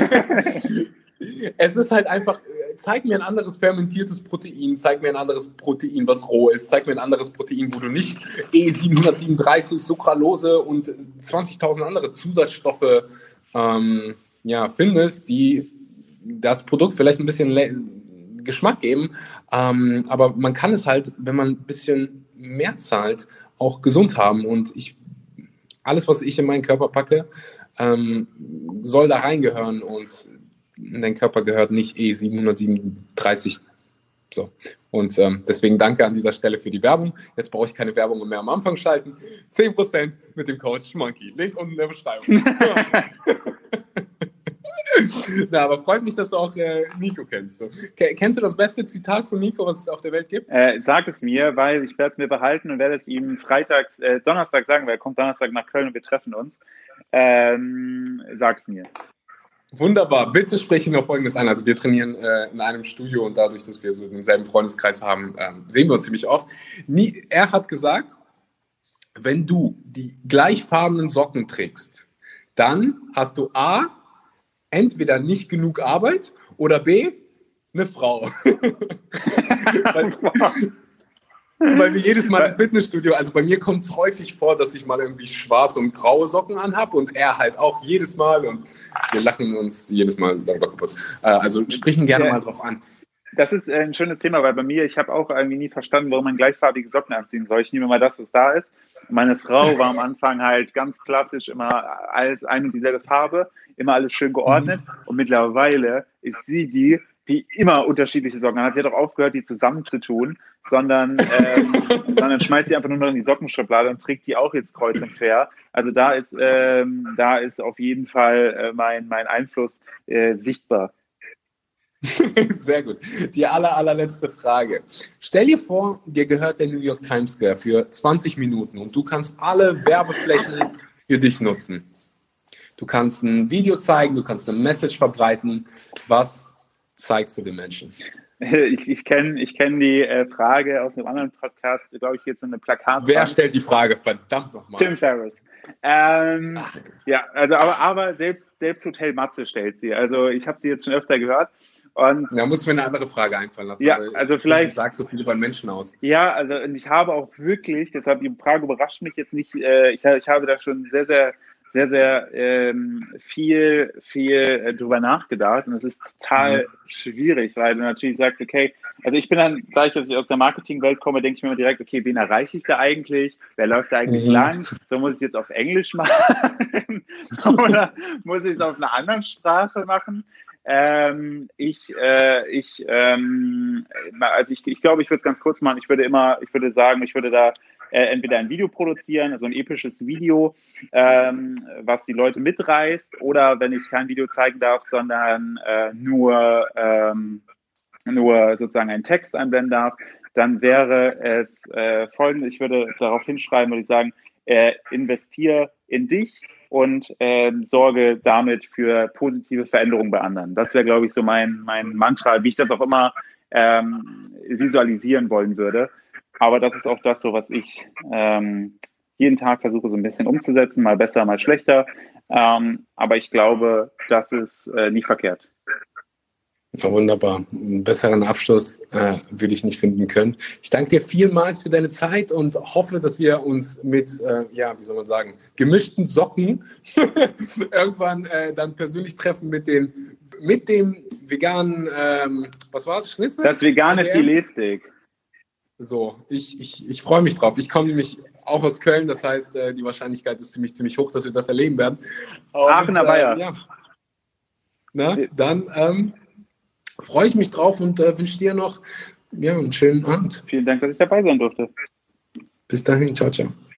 Es ist halt einfach, zeig mir ein anderes fermentiertes Protein, zeig mir ein anderes Protein, was roh ist, zeig mir ein anderes Protein, wo du nicht E siebenhundertsiebenunddreißig, Sucralose und zwanzigtausend andere Zusatzstoffe ähm, ja, findest, die das Produkt vielleicht ein bisschen le- Geschmack geben, ähm, aber man kann es halt, wenn man ein bisschen mehr zahlt, auch gesund haben. Und ich, alles, was ich in meinen Körper packe, ähm, soll da reingehören und in den Körper gehört nicht E siebenhundertsiebenunddreißig. So. Und ähm, deswegen danke an dieser Stelle für die Werbung. Jetzt brauche ich keine Werbung mehr am Anfang schalten. zehn Prozent mit dem Code Schmonkey. Link unten in der Beschreibung. Na, aber freut mich, dass du auch äh, Nico kennst. So. K- kennst du das beste Zitat von Nico, was es auf der Welt gibt? Äh, sag es mir, weil ich werde es mir behalten und werde es ihm Freitag, äh, Donnerstag sagen, weil er kommt Donnerstag nach Köln und wir treffen uns. Ähm, sag es mir. Wunderbar. Bitte spreche ich noch Folgendes an. Also wir trainieren äh, in einem Studio und dadurch, dass wir so denselben Freundeskreis haben, ähm, sehen wir uns ziemlich oft. Nie, er hat gesagt, wenn du die gleichfarbenen Socken trägst, dann hast du A, entweder nicht genug Arbeit oder B, eine Frau. weil, weil wir jedes Mal im Fitnessstudio, also bei mir kommt es häufig vor, dass ich mal irgendwie schwarze und graue Socken anhab und er halt auch jedes Mal und wir lachen uns jedes Mal darüber kaputt. Also sprechen gerne ja. mal drauf an. Das ist ein schönes Thema, weil bei mir, ich habe auch irgendwie nie verstanden, warum man gleichfarbige Socken anziehen soll. Ich nehme mal das, was da ist. Meine Frau war am Anfang halt ganz klassisch immer alles eine und dieselbe Farbe, immer alles schön geordnet. Und mittlerweile ist sie die, die immer unterschiedliche Socken hat. Sie hat auch aufgehört, die zusammenzutun, sondern, ähm, sondern schmeißt sie einfach nur noch in die Sockenschublade und trägt die auch jetzt kreuz und quer. Also da ist, ähm, da ist auf jeden Fall äh, mein, mein Einfluss äh, sichtbar. Sehr gut. Die aller, allerletzte Frage. Stell dir vor, dir gehört der New York Times Square für zwanzig Minuten und du kannst alle Werbeflächen für dich nutzen. Du kannst ein Video zeigen, du kannst eine Message verbreiten. Was zeigst du den Menschen? Ich, ich kenne ich kenn die äh, Frage aus einem anderen Podcast, glaube ich, jetzt so eine Plakat. Wer stellt die Frage? Verdammt nochmal. Tim Ferriss. Ähm, ja, also aber, aber selbst, selbst Hotel Matze stellt sie. Also ich habe sie jetzt schon öfter gehört. Und da muss mir eine andere Frage einfallen lassen. Ja, also ich, vielleicht. Ich sage so viel über den Menschen aus. Ja, also und ich habe auch wirklich, deshalb die Frage überrascht mich jetzt nicht. Äh, ich, ich habe da schon sehr, sehr, sehr, sehr ähm, viel, viel äh, drüber nachgedacht und es ist total mhm. schwierig, weil du natürlich sagst, okay, also ich bin dann, sage ich, dass ich aus der Marketingwelt komme, denke ich mir immer direkt, okay, wen erreiche ich da eigentlich? Wer läuft da eigentlich mhm. lang? So muss ich es jetzt auf Englisch machen oder muss ich es auf einer anderen Sprache machen? Ähm, ich, äh, ich, ähm, also ich, ich glaube, ich würde es ganz kurz machen. Ich würde immer, ich würde sagen, ich würde da äh, entweder ein Video produzieren, also ein episches Video, ähm, was die Leute mitreißt, oder wenn ich kein Video zeigen darf, sondern äh, nur, ähm, nur sozusagen einen Text einblenden darf, dann wäre es äh, folgendes: Ich würde darauf hinschreiben, würde ich sagen, äh, investiere in dich und äh, sorge damit für positive Veränderungen bei anderen. Das wäre, glaube ich, so mein, mein Mantra, wie ich das auch immer ähm, visualisieren wollen würde. Aber das ist auch das, so was ich ähm, jeden Tag versuche, so ein bisschen umzusetzen, mal besser, mal schlechter. Ähm, aber ich glaube, das ist äh, nicht verkehrt. Ja, wunderbar. Einen besseren Abschluss äh, würde ich nicht finden können. Ich danke dir vielmals für deine Zeit und hoffe, dass wir uns mit, äh, ja, wie soll man sagen, gemischten Socken irgendwann äh, dann persönlich treffen mit, den, mit dem veganen, ähm, was war es, Schnitzel? Das vegane Filetsteak. So, ich, ich, ich freue mich drauf. Ich komme nämlich auch aus Köln, das heißt, äh, die Wahrscheinlichkeit ist ziemlich, ziemlich hoch, dass wir das erleben werden. Und, Aachener Bayer. Äh, ja. Na, dann ähm, freue ich mich drauf und äh, wünsche dir noch ja, einen schönen Abend. Vielen Dank, dass ich dabei sein durfte. Bis dahin, ciao, ciao.